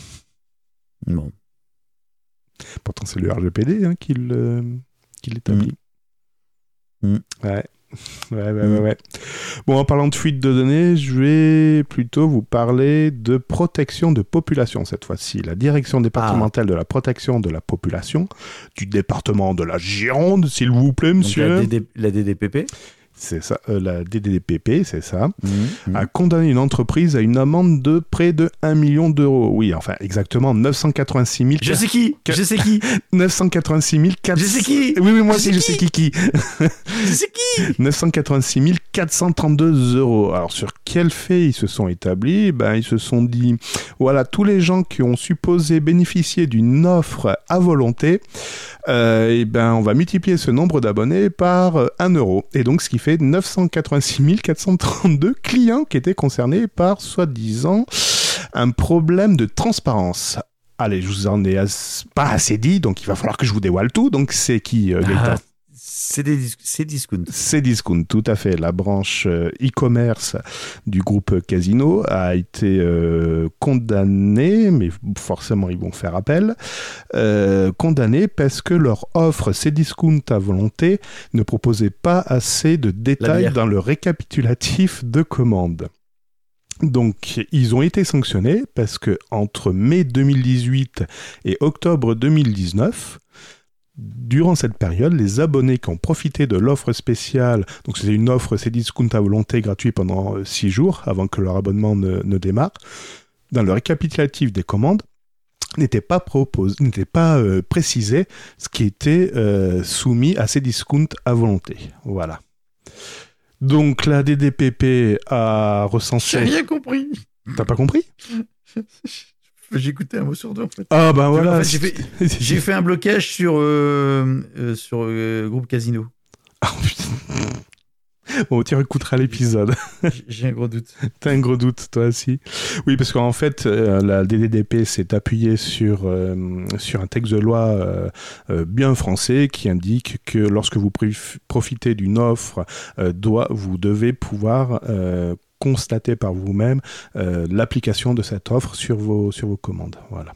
Bon. Pourtant, c'est le R G P D hein, qui, le, qui l'établit. Mmh. Ouais. Ouais, ouais, ouais, ouais. Bon, en parlant de fuite de données, je vais plutôt vous parler de protection de population cette fois-ci. La direction départementale ah. de la protection de la population du département de la Gironde, s'il vous plaît, monsieur. Donc la, D D, la D D P P C'est ça, euh, la D D D P P, c'est ça, mmh, mmh. a condamné une entreprise à une amende de près de un million d'euros. Oui, enfin, exactement neuf cent quatre-vingt-six mille... Je sais qui que... Je sais qui neuf cent quatre-vingt-six mille quatre cents... Je sais qui Oui, oui, moi je aussi, je sais qui qui Je sais qui neuf cent quatre-vingt-six mille quatre cent trente-deux euros. Alors, sur quels faits ils se sont établis ? Ben, ils se sont dit, voilà, tous les gens qui ont supposé bénéficier d'une offre à volonté, euh, et ben, on va multiplier ce nombre d'abonnés par euh, un euro. Et donc, ce qui fait neuf cent quatre-vingt-six mille quatre cent trente-deux clients qui étaient concernés par, soi-disant, un problème de transparence. Allez, je vous en ai as... pas assez dit, donc il va falloir que je vous dévoile tout. Donc, c'est qui, euh, Gaëtan ? ah, C'est des, c'est Discount. C'est Discount, tout à fait. La branche euh, e-commerce du groupe Casino a été euh, condamnée, mais forcément ils vont faire appel, euh, condamnée parce que leur offre Cdiscount à volonté ne proposait pas assez de détails dans le récapitulatif de commande. Donc, ils ont été sanctionnés parce que entre mai deux mille dix-huit et octobre deux mille dix-neuf, durant cette période, les abonnés qui ont profité de l'offre spéciale, donc c'était une offre Cdiscount à volonté gratuite pendant six jours avant que leur abonnement ne, ne démarre, dans le récapitulatif des commandes, n'était pas proposé, n'était pas euh, précisé ce qui était euh, soumis à Cdiscount à volonté. Voilà. Donc la D D P P a recensé... J'ai rien compris. T'as pas compris ? J'ai écouté un mot sur deux en fait. Ah ben voilà. En fait, j'ai, fait, j'ai fait un blocage sur, euh, euh, sur euh, groupe Casino. Oh putain. Bon, tu réécouteras l'épisode. J'ai un gros doute. T'as un gros doute, toi aussi. Oui, parce qu'en fait, euh, la D D D P s'est appuyée sur, euh, sur un texte de loi euh, euh, bien français qui indique que lorsque vous profitez d'une offre, euh, doit, vous devez pouvoir euh, constater par vous-même euh, l'application de cette offre sur vos, sur vos commandes. Voilà.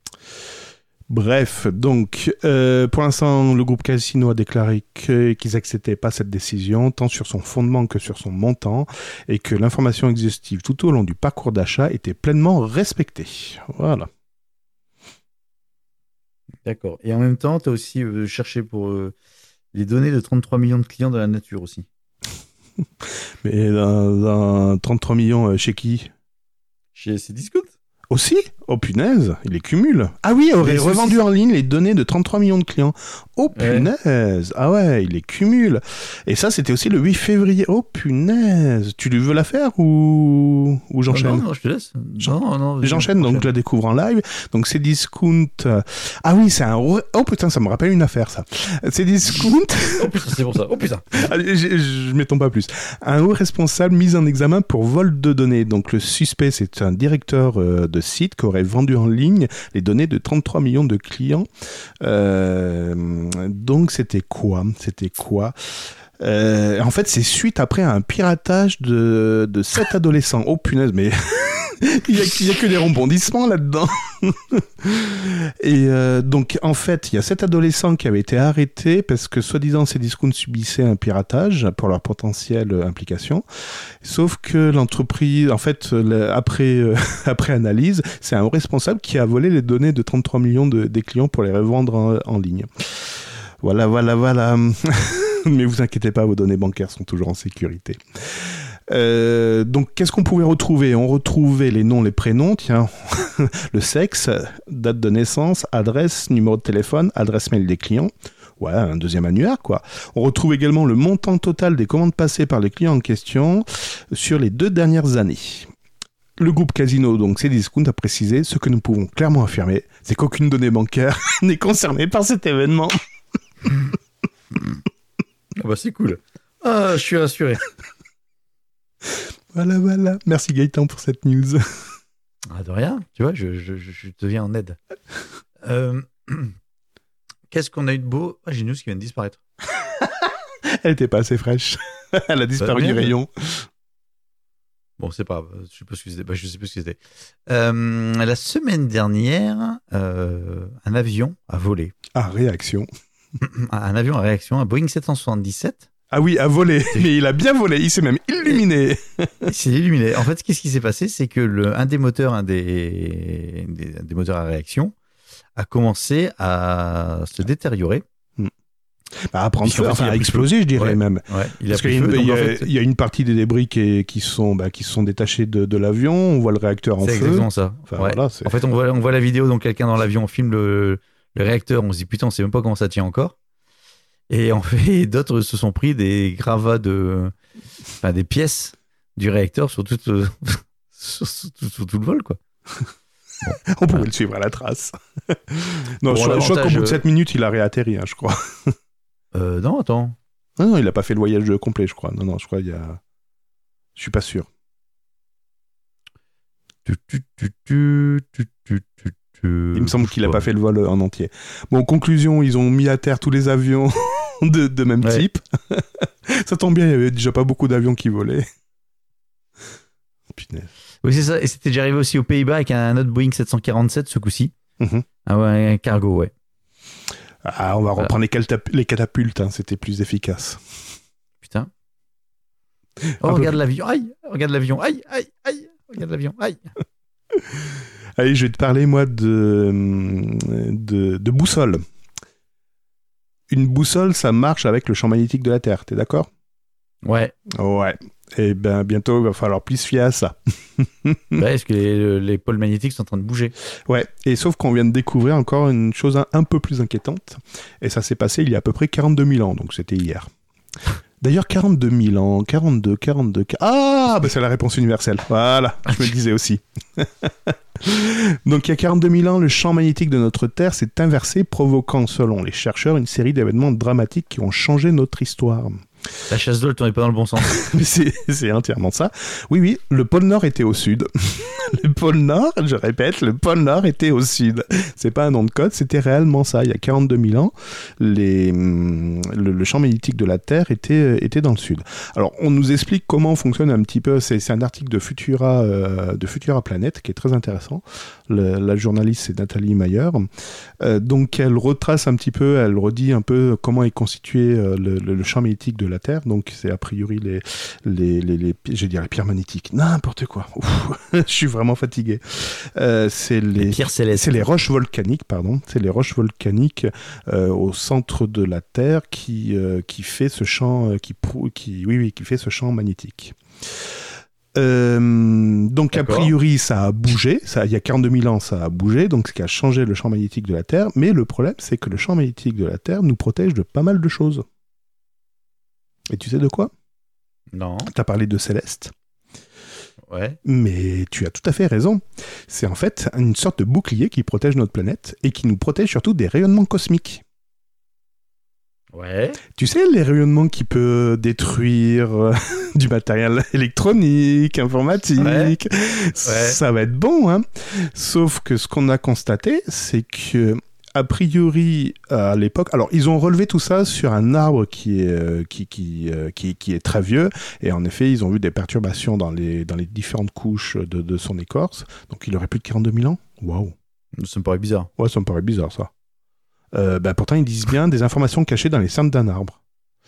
Bref, donc, euh, pour l'instant, le groupe Casino a déclaré que, qu'ils n'acceptaient pas cette décision, tant sur son fondement que sur son montant, et que l'information exhaustive tout au long du parcours d'achat était pleinement respectée. Voilà. D'accord. Et en même temps, tu as aussi euh, cherché pour euh, les données de trente-trois millions de clients dans la nature aussi. Mais dans, dans trente-trois millions, euh, chez qui ? Chez Cdiscount. Aussi ? Oh punaise, il les cumule. Ah oui, aurait les revendu soucis. en ligne les données de trente-trois millions de clients. Oh punaise, ouais. Ah ouais, il les cumule. Et ça, c'était aussi le huit février. Oh punaise, tu lui veux la faire ou, ou j'enchaîne ? Non, non, je te laisse. J'en... Non, non, j'enchaîne, donc je la découvre en live. Donc c'est Cdiscount. Ah oui, c'est un... Oh putain, ça me rappelle une affaire, ça. Cdiscount. Oh putain, c'est pour ça. Oh putain. je, je, je m'étends pas plus. Un haut responsable mis en examen pour vol de données. Donc le suspect, c'est un directeur euh, de site qui aurait vendu en ligne les données de trente-trois millions de clients. Euh, donc c'était quoi ? C'était quoi ? Euh, en fait, c'est suite après un piratage de, de sept adolescents. Oh punaise, mais il n'y a, a que des rebondissements là-dedans. Et euh, donc, en fait, il y a sept adolescents qui avaient été arrêtés parce que, soi-disant, Cdiscount subissaient un piratage pour leur potentielle implication. Sauf que l'entreprise, en fait, après, euh, après analyse, c'est un responsable qui a volé les données de trente-trois millions de, des clients pour les revendre en, en ligne. Voilà, voilà, voilà. Mais vous inquiétez pas, vos données bancaires sont toujours en sécurité. Euh, donc, qu'est-ce qu'on pouvait retrouver ? On retrouvait les noms, les prénoms, tiens, le sexe, date de naissance, adresse, numéro de téléphone, adresse mail des clients. Ouais, un deuxième annuaire, quoi. On retrouve également le montant total des commandes passées par les clients en question sur les deux dernières années. Le groupe Casino, donc Cdiscount, a précisé ce que nous pouvons clairement affirmer, c'est qu'aucune donnée bancaire n'est concernée par cet événement. Ah bah c'est cool. Ah, je suis rassuré. Voilà, voilà. Merci Gaëtan pour cette news. Ah, de rien. Tu vois, je, je, je te viens en aide. Euh, qu'est-ce qu'on a eu de beau ? Ah, j'ai une news qui vient de disparaître. Elle était pas assez fraîche. Elle a disparu bah, du rayon. Bon, c'est pas, je sais pas ce que c'était. Bah, je sais plus ce que c'était. Euh, la semaine dernière, euh, un avion a volé. Ah, réaction. Un avion à réaction, un Boeing sept cent soixante-dix-sept. Ah oui, a volé, mais il a bien volé, il s'est même illuminé. Il s'est illuminé. En fait, qu'est-ce qui s'est passé? C'est que le, un des moteurs, un des, des, des moteurs à réaction, a commencé à se détériorer. Bah, à prendre Puis, en feu, fait, enfin il a à pris exploser, feu. je dirais Ouais. même. Ouais, il a Parce pris qu'il y a, feu, une, il y donc, a- en fait, il y a une partie des débris qui, qui, sont, bah, qui se sont détachés de, de l'avion, on voit le réacteur en c'est feu. exactement ça. Enfin, Ouais. voilà, c'est- En fait, on voit, on voit la vidéo, donc quelqu'un dans l'avion, on filme le, le réacteur, on se dit putain, on sait même pas comment ça tient encore. Et en fait, d'autres se sont pris des gravats de, enfin des pièces du réacteur sur tout, euh, sur, sur tout, sur tout le vol, quoi. on pouvait le suivre à la trace. non, Bon, je, crois- je crois qu'au l'avantage, bout de euh, sept minutes, il a réatterri, hein, je crois. Euh, non, attends. Non, non, il a pas fait le voyage complet, je crois. Non, non, je crois qu'il y a... Je suis pas sûr. Tu, tu, tu, tu, tu, tu, tu, tu. Il me semble Je qu'il a sais pas fait le vol en entier. Bon, conclusion, ils ont mis à terre tous les avions de, de même Ouais. type. Ça tombe bien, il y avait déjà pas beaucoup d'avions qui volaient. Punaise. Oui, c'est ça. Et c'était déjà arrivé aussi aux Pays-Bas avec un autre Boeing sept cent quarante-sept ce coup-ci. Mhm. Ah ouais, un cargo, ouais. Ah, on va reprendre les, catap- les catapultes, hein, c'était plus efficace. Putain. Un Oh, peu regarde plus. l'avion. Aïe, regarde l'avion. Aïe, aïe, aïe. Regarde l'avion. Aïe. Allez, je vais te parler, moi, de, de, de boussole. Une boussole, ça marche avec le champ magnétique de la Terre, t'es d'accord? Ouais. Ouais. Et ben bientôt, il va falloir plus se fier à ça. Ouais, parce que les, les pôles magnétiques sont en train de bouger. Ouais, et sauf qu'on vient de découvrir encore une chose un, un peu plus inquiétante, et ça s'est passé il y a à peu près quarante-deux mille ans, donc c'était hier. D'ailleurs, quarante-deux mille ans, quarante-deux, quarante-deux... Ah, bah c'est la réponse universelle. Voilà, je me le disais aussi. Donc il y a quarante-deux mille ans, le champ magnétique de notre Terre s'est inversé, provoquant, selon les chercheurs, une série d'événements dramatiques qui ont changé notre histoire. La chasse d'eau, elle tournait pas dans le bon sens. Mais c'est, c'est entièrement ça. Oui, oui, le pôle Nord était au sud. Le pôle Nord, je répète, le pôle Nord était au sud. C'est pas un nom de code, c'était réellement ça. Il y a quarante-deux mille ans, les, le, le champ magnétique de la Terre était, était dans le sud. Alors, on nous explique comment fonctionne un petit peu. C'est, c'est un article de Futura, euh, de Futura Planet qui est très intéressant. Le, la journaliste, c'est Nathalie Mayer. Euh, donc, elle retrace un petit peu, elle redit un peu comment est constitué euh, le, le, le champ magnétique de la Terre. Donc, c'est a priori les, les, les, les, je vais dire les pierres magnétiques. N'importe quoi. Ouf, je suis vraiment fatigué. Euh, c'est les, Les pierres célestes. c'est les roches volcaniques, pardon. C'est les roches volcaniques euh, au centre de la Terre qui euh, qui fait ce champ, euh, qui, prou- qui oui oui, qui fait ce champ magnétique. Euh, donc D'accord. a priori ça a bougé, ça, il y a quarante-deux mille ans ça a bougé, donc ce qui a changé le champ magnétique de la Terre, mais le problème c'est que le champ magnétique de la Terre nous protège de pas mal de choses. Et tu sais de quoi? Non. Tu as parlé de Céleste, Ouais. mais tu as tout à fait raison. C'est en fait une sorte de bouclier qui protège notre planète et qui nous protège surtout des rayonnements cosmiques. Ouais. Tu sais, les rayonnements qui peuvent détruire euh, du matériel électronique, informatique, Ouais. ça va être bon, hein. Sauf que ce qu'on a constaté, c'est que, a priori, à l'époque, alors ils ont relevé tout ça sur un arbre qui est, euh, qui, qui, euh, qui, qui est très vieux, et en effet, ils ont vu des perturbations dans les, dans les différentes couches de, de son écorce, donc il aurait plus de quarante-deux mille ans. Waouh. Ça me paraît bizarre. Ouais, ça me paraît bizarre, ça. Euh, bah, pourtant, ils disent bien des informations cachées dans les cernes d'un arbre.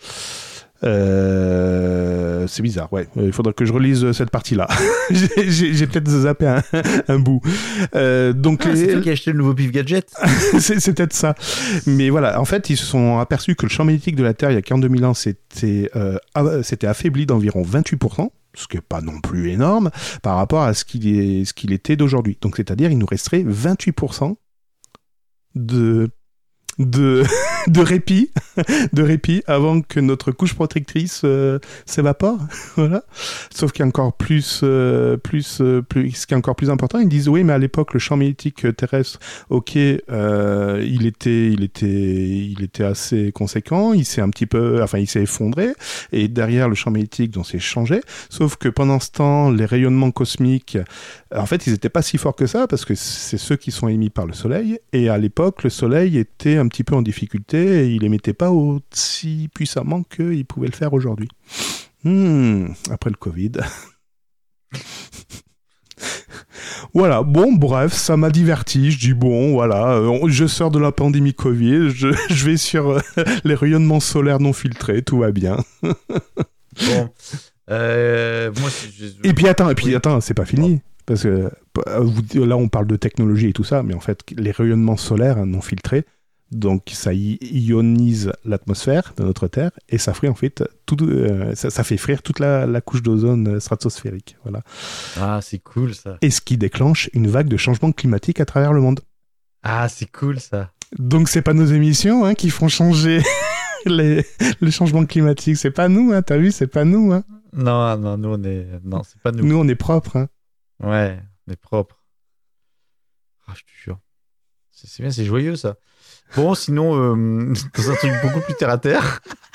Euh, c'est bizarre, ouais. Il faudra que je relise cette partie-là. j'ai, j'ai, j'ai peut-être zappé un, un bout. Euh, donc Ah, les- c'est toi qui as acheté le nouveau Pif Gadget. c'est, c'est peut-être ça. Mais voilà, en fait, ils se sont aperçus que le champ magnétique de la Terre, il y a quarante-deux mille ans, c'était, euh, a- c'était affaibli d'environ vingt-huit pour cent, ce qui n'est pas non plus énorme, par rapport à ce qu'il, est, ce qu'il était d'aujourd'hui. Donc, c'est-à-dire, il nous resterait vingt-huit pour cent de... de de répit de répit avant que notre couche protectrice euh, s'évapore. Voilà. Sauf qu'il y a encore plus euh, plus euh, plus ce qui est encore plus important, ils disent oui, mais à l'époque le champ magnétique terrestre, OK, euh, il était il était il était assez conséquent, il s'est un petit peu enfin il s'est effondré, et derrière le champ magnétique donc s'est changé, sauf que pendant ce temps les rayonnements cosmiques, en fait, ils n'étaient pas si forts que ça, parce que c'est ceux qui sont émis par le Soleil, et à l'époque, le Soleil était un petit peu en difficulté, et il émettait pas aussi puissamment qu'il pouvait le faire aujourd'hui. Hmm, après le Covid. Voilà, bon, bref, ça m'a diverti. Je dis, bon, voilà, euh, je sors de la pandémie Covid, je, je vais sur euh, les rayonnements solaires non filtrés, tout va bien. Bon. Euh, moi, je... Et puis attends, et puis Oui. attends, c'est pas fini. Parce que euh, vous- là, on parle de technologie et tout ça, mais en fait, les rayonnements solaires hein, non filtrés, donc ça i- ionise l'atmosphère de notre Terre et ça fait en fait tout, euh, ça, ça fait frire toute la, la couche d'ozone euh, stratosphérique. Voilà. Ah, c'est cool ça. Et ce qui déclenche une vague de changement climatique à travers le monde. Ah, c'est cool ça. Donc c'est pas nos émissions hein, qui font changer les, les changements climatiques, c'est pas nous, hein, t'as vu, c'est pas nous. Hein. Non, non, nous on est. Non, c'est pas nous. Nous on est propres. Hein. Ouais, on est propre. Ah, je te jure. C'est c'est bien, c'est joyeux ça. Bon, sinon, euh, dans un truc beaucoup plus terre à terre.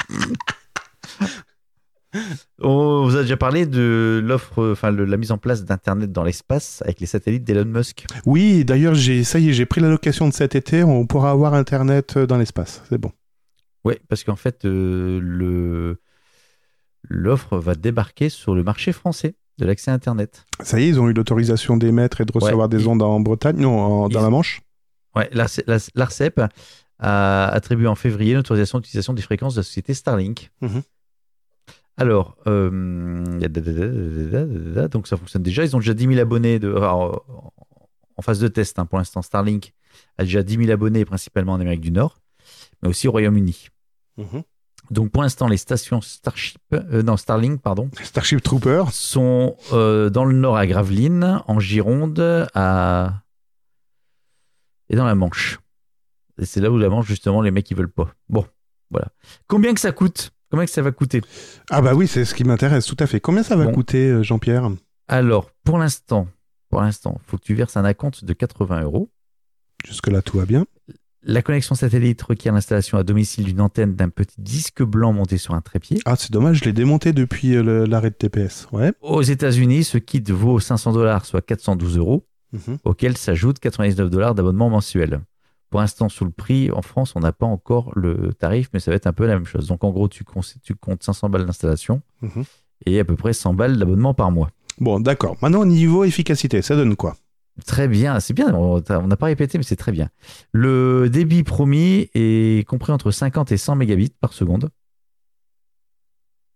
On vous a déjà parlé de l'offre, enfin le- la mise en place d'Internet dans l'espace avec les satellites d'Elon Musk. Oui, d'ailleurs, j'ai, ça y est, j'ai pris la location de cet été, on pourra avoir Internet dans l'espace, c'est bon. Ouais, parce qu'en fait, euh, le l'offre va débarquer sur le marché français de l'accès à Internet. Ça y est, ils ont eu l'autorisation d'émettre et de recevoir Ouais, des ils- ondes en Bretagne, non, en- dans ils- la Manche. Ouais, l'Arce- l'Arce- l'Arcep a attribué en février l'autorisation d'utilisation des fréquences de la société Starlink. Mhm. Alors, euh, donc ça fonctionne déjà. Ils ont déjà dix mille abonnés de, alors, en phase de test hein, pour l'instant. Starlink a déjà dix mille abonnés, principalement en Amérique du Nord, mais aussi au Royaume-Uni. Mhm. Donc pour l'instant, les stations Starship, euh, non, Starlink, pardon, Starship Troopers. sont euh, dans le Nord à Gravelines, en Gironde, à... et dans la Manche. Et c'est là où la Manche, justement, les mecs, ils veulent pas. Bon, voilà. Combien que ça coûte ? Combien que ça va coûter ? Ah bah oui, c'est ce qui m'intéresse, tout à fait. Combien ça va Bon. coûter, euh, Jean-Pierre ? Alors, pour l'instant, pour l'instant, faut que tu verses un acompte de quatre-vingts euros. Jusque-là, tout va bien. La connexion satellite requiert l'installation à domicile d'une antenne d'un petit disque blanc monté sur un trépied. Ah, c'est dommage, je l'ai démonté depuis euh, le- l'arrêt de T P S. Ouais. Aux États-Unis, ce kit vaut cinq cents dollars, soit quatre cent douze euros, Mhm. auquel s'ajoutent quatre-vingt-dix-neuf dollars d'abonnement mensuel. Pour l'instant, sous le prix, en France, on n'a pas encore le tarif, mais ça va être un peu la même chose. Donc, en gros, tu, con- tu comptes cinq cents balles d'installation Mhm. et à peu près cent balles d'abonnement par mois. Bon, d'accord. Maintenant, niveau efficacité, ça donne quoi ? Très bien, c'est bien, on t'a- on n'a pas répété, mais c'est très bien. Le débit promis est compris entre cinquante et cent mégabits par seconde. Combien ?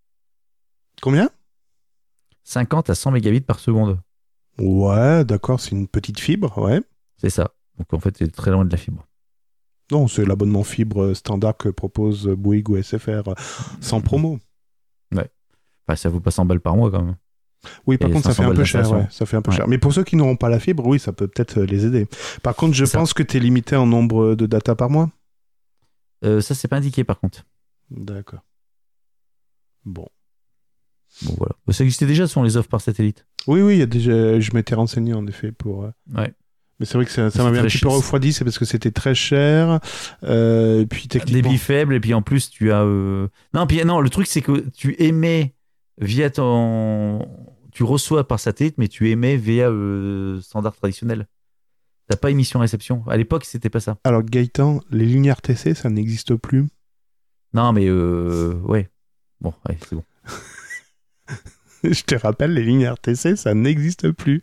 cinquante à cent mégabits par seconde, Ouais, d'accord, c'est une petite fibre, ouais. c'est ça. Donc en fait, c'est très loin de la fibre. Non, c'est l'abonnement fibre standard que propose Bouygues ou S F R, sans promo. Enfin, ça vaut pas cent balles par mois quand même. Oui, par Et contre, ça fait cinq cents un peu balles cher, d'installation. ouais, ça fait un peu Ouais. cher. Mais pour ceux qui n'auront pas la fibre, oui, ça peut peut-être euh, les aider. Par contre, je C'est ça. pense que tu es limité en nombre de data par mois. Euh, ça, c'est pas indiqué par contre. D'accord. Bon. Bon, voilà. Ça existait déjà, ce sont les offres par satellite. Oui, oui, il y a déjà, je m'étais renseigné en effet pour. euh, Ouais. Mais c'est vrai que ça, ça C'est m'avait un très petit peu cher. refroidi, c'est parce que c'était très cher. Euh, et puis techniquement. Débit faible, et puis en plus, tu as. euh, Non, puis non, le truc, c'est que tu émets via ton. Tu reçois par satellite, mais tu émets via euh, standard traditionnel. T'as pas émission-réception. À l'époque, c'était pas ça. Alors Gaëtan, les lignes R T C, ça n'existe plus. Non, mais euh, ouais. Bon, ouais, c'est bon. Je te rappelle, les lignes R T C, ça n'existe plus.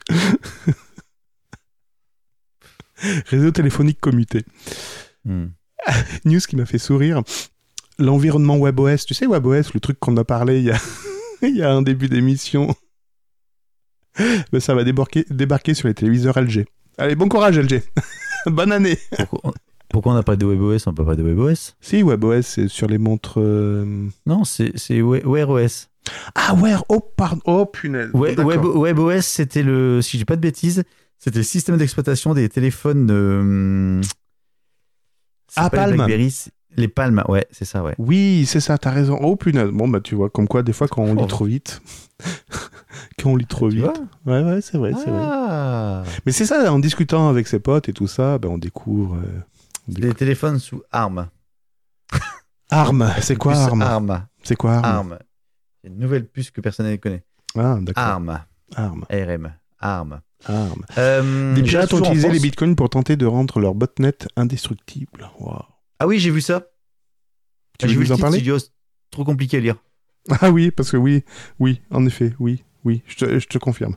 Réseau téléphonique commuté. Hmm. News qui m'a fait sourire. L'environnement WebOS, tu sais WebOS, le truc qu'on a parlé il y a, il y a un début d'émission. Ben, ça va débarquer, débarquer sur les téléviseurs L G. Allez, bon courage L G. Bonne année. Pourquoi, pourquoi on n'a pas de WebOS? On peut pas de WebOS? Si, WebOS, c'est sur les montres... euh, Non, c'est c'est We- Wear O S. Ah, Wear, oh, pardon. Oh, punaise. Ouais, D'accord. Web, WebOS, c'était le, si je dis pas de bêtises, c'était le système d'exploitation des téléphones. Euh, c'est Ah, pas les Palm. BlackBerry, c'est- les Palm, ouais, c'est ça, ouais. Oui, c'est ça, t'as raison. Oh, punaise. Bon, bah, tu vois, comme quoi, des fois, quand on lit Oh. trop vite... quand on lit trop Tu vite... vois Ouais, ouais, c'est vrai, c'est vrai. Ah, Mais c'est ça, en discutant avec ses potes et tout ça, ben, on découvre... euh, on des découvre. téléphones sous ARM. Arm, c'est quoi Puce Arm ARM. C'est quoi Arm ARM. C'est une nouvelle puce que personne ne connaît. Ah, d'accord. ARM. Arm. A R M. ARM. Arm. Euh, Des je pirates reste ont toujours en utilisé les France. bitcoins pour tenter de rendre leur botnet indestructible. Wow. Ah oui, j'ai vu ça. Tu J'ai veux vu nous le en titre, parler j'ai dit, oh, c'est trop compliqué à lire. Ah oui, parce que oui, oui, en effet, oui, oui, je te, je te confirme.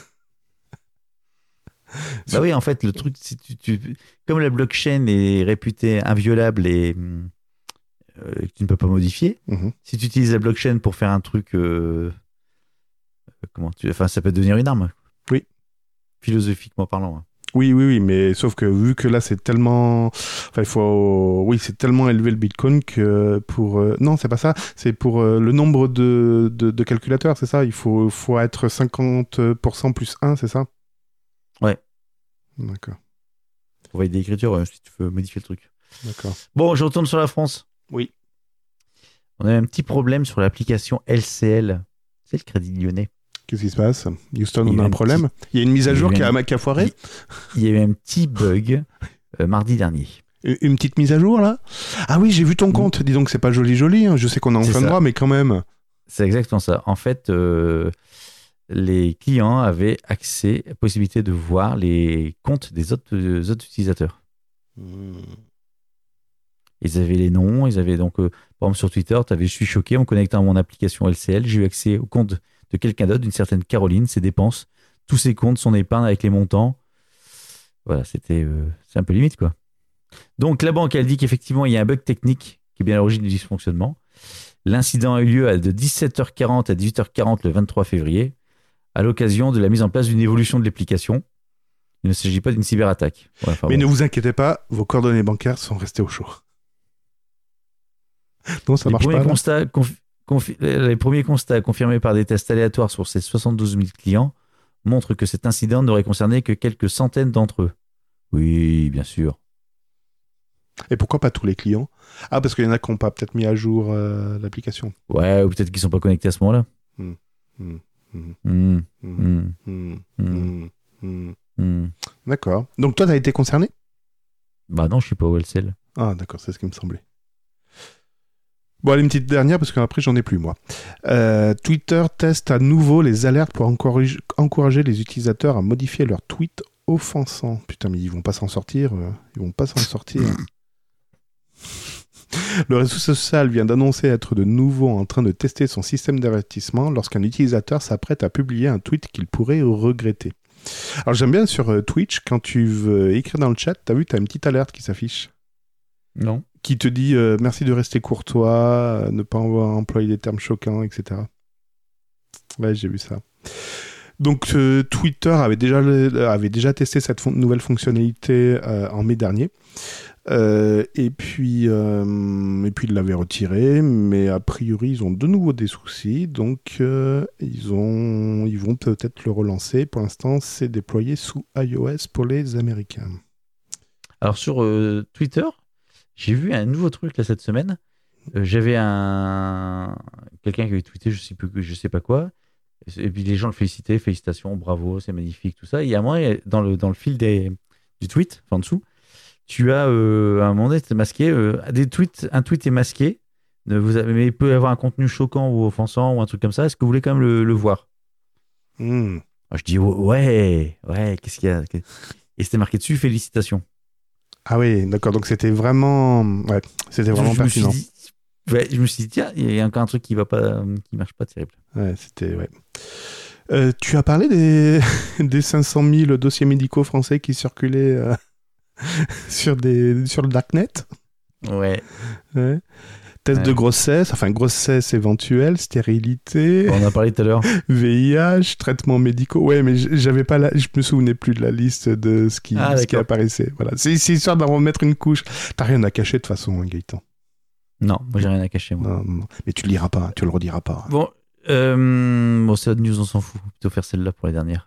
Bah oui, en fait, le truc, c'est tu, tu, comme la blockchain est réputée inviolable et euh, que tu ne peux pas modifier, mm-hmm. si tu utilises la blockchain pour faire un truc, euh, comment tu, enfin, ça peut devenir une arme. Oui. Philosophiquement parlant. Hein. Oui, oui, oui, mais sauf que vu que là, c'est tellement, enfin, il faut, oui, c'est tellement élevé le Bitcoin que pour, euh... non, c'est pas ça, c'est pour euh, le nombre de, de, de calculateurs, c'est ça. Il faut, faut être cinquante pour cent plus un, c'est ça. Ouais. D'accord. On va aider l'écriture euh, si tu veux modifier le truc. D'accord. Bon, je retourne sur la France. Oui. On a un petit problème sur l'application L C L. C'est le Crédit Lyonnais. Qu'est-ce qui se passe? Houston, il on a un, un problème petit... Il y a une mise à jour il qui a, un... qui a foiré. Il y a eu un petit bug euh, mardi dernier. Une petite mise à jour, là? Ah oui, j'ai vu ton compte. Dis donc, c'est pas joli, joli. Hein. Je sais qu'on est en fin de droit, mais quand même. C'est exactement ça. En fait, euh, les clients avaient accès, possibilité de voir les comptes des autres, des autres utilisateurs. Mmh. Ils avaient les noms, ils avaient donc, euh, par exemple sur Twitter, tu avais « Je suis choqué, en connectant à mon application L C L, j'ai eu accès au compte de quelqu'un d'autre, d'une certaine Caroline, ses dépenses, tous ses comptes, son épargne avec les montants. » Voilà, c'était euh, c'est un peu limite, quoi. Donc, la banque, elle dit qu'effectivement, il y a un bug technique qui est bien à l'origine du dysfonctionnement. L'incident a eu lieu de dix-sept heures quarante à dix-huit heures quarante le vingt-trois février, à l'occasion de la mise en place d'une évolution de l'application. Il ne s'agit pas d'une cyberattaque. Ouais, Mais bon. ne vous inquiétez pas, vos coordonnées bancaires sont restées au chaud. Non, ça les marche premiers pas. Constats, confi- confi- les premiers constats confirmés par des tests aléatoires sur ces soixante-douze mille clients montrent que cet incident n'aurait concerné que quelques centaines d'entre eux. Oui, bien sûr. Et pourquoi pas tous les clients? Ah, parce qu'il y en a qui n'ont pas peut-être mis à jour euh, l'application. Ouais, ou peut-être qu'ils ne sont pas connectés à ce moment-là. Mmh. Mmh. Mmh. Mmh. Mmh. Mmh. Mmh. Mmh. Mmh. D'accord. Donc toi, tu as été concerné? Bah non, je ne suis pas au L C L. Ah, d'accord, c'est ce qui me semblait. Bon, allez, une petite dernière, parce qu'après, j'en ai plus, moi. Euh, Twitter teste à nouveau les alertes pour encourager, encourager les utilisateurs à modifier leurs tweets offensants. Putain, mais ils vont pas s'en sortir. Euh, ils vont pas s'en sortir. Le réseau social vient d'annoncer être de nouveau en train de tester son système d'avertissement lorsqu'un utilisateur s'apprête à publier un tweet qu'il pourrait regretter. Alors, j'aime bien sur euh, Twitch, quand tu veux écrire dans le chat, t'as vu, t'as une petite alerte qui s'affiche. Non. Qui te dit euh, merci de rester courtois, euh, ne pas employer des termes choquants, et cetera. Ouais, j'ai vu ça. Donc, euh, Twitter avait déjà, avait déjà testé cette fon- nouvelle fonctionnalité euh, en mai dernier. Euh, et, puis, euh, et puis, ils l'avaient retiré, mais a priori, ils ont de nouveau des soucis. Donc, euh, ils, ont, ils vont peut-être le relancer. Pour l'instant, c'est déployé sous iOS pour les Américains. Alors, sur euh, Twitter, j'ai vu un nouveau truc là cette semaine. Euh, j'avais un quelqu'un qui avait tweeté, je sais plus, je sais pas quoi. Et puis les gens le félicitaient, félicitations, bravo, c'est magnifique, tout ça. Et à moi, dans le dans le fil des du tweet, enfin en dessous, tu as euh, à un moment donné, c'est masqué. Euh, des tweets, un tweet est masqué, vous avez, mais il peut y avoir un contenu choquant ou offensant ou un truc comme ça. Est-ce que vous voulez quand même le, le voir? Mmh. Alors, je dis ouais, ouais, qu'est-ce qu'il y a? Et c'était marqué dessus, félicitations. Ah oui, d'accord. Donc c'était vraiment, ouais, c'était vraiment je pertinent. Me suis dit, ouais, je me suis dit tiens, il y a encore un truc qui va pas, qui marche pas terrible. Ouais, c'était ouais. Euh, tu as parlé des des cinq cent mille dossiers médicaux français qui circulaient euh, sur des sur le darknet. Ouais. Ouais. Test ouais. de grossesse, enfin grossesse éventuelle, stérilité. On en a parlé tout à l'heure. V I H, traitements médicaux. Ouais, mais j'avais pas la, je me souvenais plus de la liste de ce qui, ah, ce qui apparaissait. Voilà, c'est, c'est histoire d'en remettre une couche. T'as rien à cacher de toute façon, hein, Gaëtan. Non, moi j'ai rien à cacher. Moi. Non, non, non. Mais tu le liras pas, tu le rediras pas. Bon, euh, bon, c'est la news, on s'en fout. Plutôt faire celle-là pour les dernières.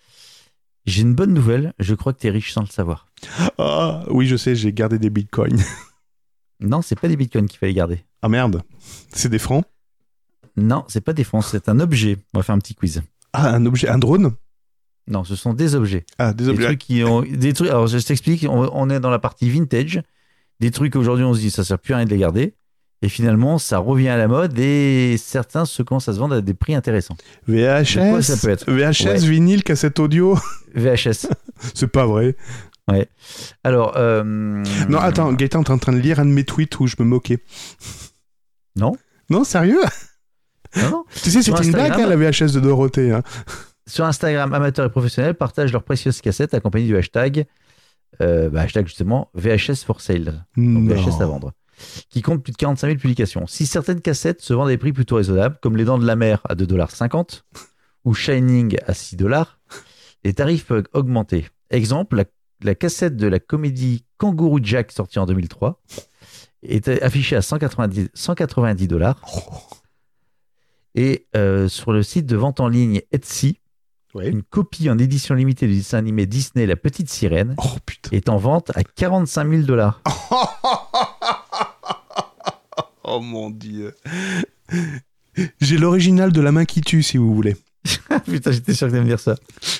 J'ai une bonne nouvelle. Je crois que t'es riche sans le savoir. Ah oui, je sais, j'ai gardé des bitcoins. Non, c'est pas des bitcoins qu'il fallait garder. Ah merde, c'est des francs? Non, c'est pas des francs, c'est un objet. On va faire un petit quiz. Ah, un objet, un drone? Non, ce sont des objets. Ah, des objets. Des trucs qui ont, des trucs. Alors, je t'explique. On, on est dans la partie vintage. Des trucs qu'aujourd'hui on se dit ça sert plus à rien de les garder. Et finalement, ça revient à la mode et certains se commencent à se vendre à des prix intéressants. V H S. Quoi ça peut être? V H S, ouais. Vinyle, cassette audio. V H S. C'est pas vrai. Ouais. Alors. Euh... Non, attends, Gaëtan, t'es en train de lire un de mes tweets où je me moquais. Non. Non, sérieux? Non, non. Tu sais, c'était une blague, hein, la V H S de Dorothée. Hein. Sur Instagram, amateurs et professionnels partagent leurs précieuses cassettes accompagnées du hashtag, euh, bah, hashtag justement V H S for sale, donc V H S à vendre, qui compte plus de quarante-cinq mille publications. Si certaines cassettes se vendent à des prix plutôt raisonnables, comme Les Dents de la Mer à deux dollars cinquante ou Shining à six dollars, les tarifs peuvent augmenter. Exemple, la, la cassette de la comédie Kangourou Jack sortie en deux mille trois est affichée à cent quatre-vingt-dix dollars. Et euh, sur le site de vente en ligne Etsy, ouais. une copie en édition limitée du dessin animé Disney La Petite Sirène oh, est en vente à quarante-cinq mille dollars. Oh mon Dieu. J'ai l'original de La Main qui tue, si vous voulez. Putain, j'étais sûr que t'allais me dire ça.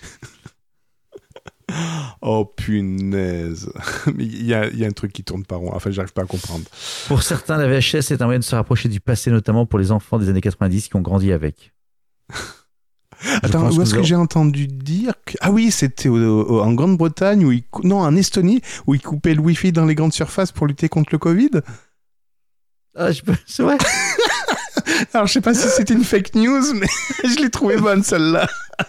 Oh punaise. Il y a, y a un truc qui tourne pas rond. Enfin, j'arrive pas à comprendre. Pour certains, la V H S est un moyen de se rapprocher du passé, notamment pour les enfants des années quatre-vingt-dix qui ont grandi avec. Attends, où est-ce que, que j'ai entendu dire que... Ah oui, c'était au, au, en Grande-Bretagne, où ils... non, en Estonie, où ils coupaient le Wi-Fi dans les grandes surfaces pour lutter contre le Covid. Ah, je peux... c'est vrai. Alors, je sais pas si c'était une fake news, mais je l'ai trouvée bonne, celle-là.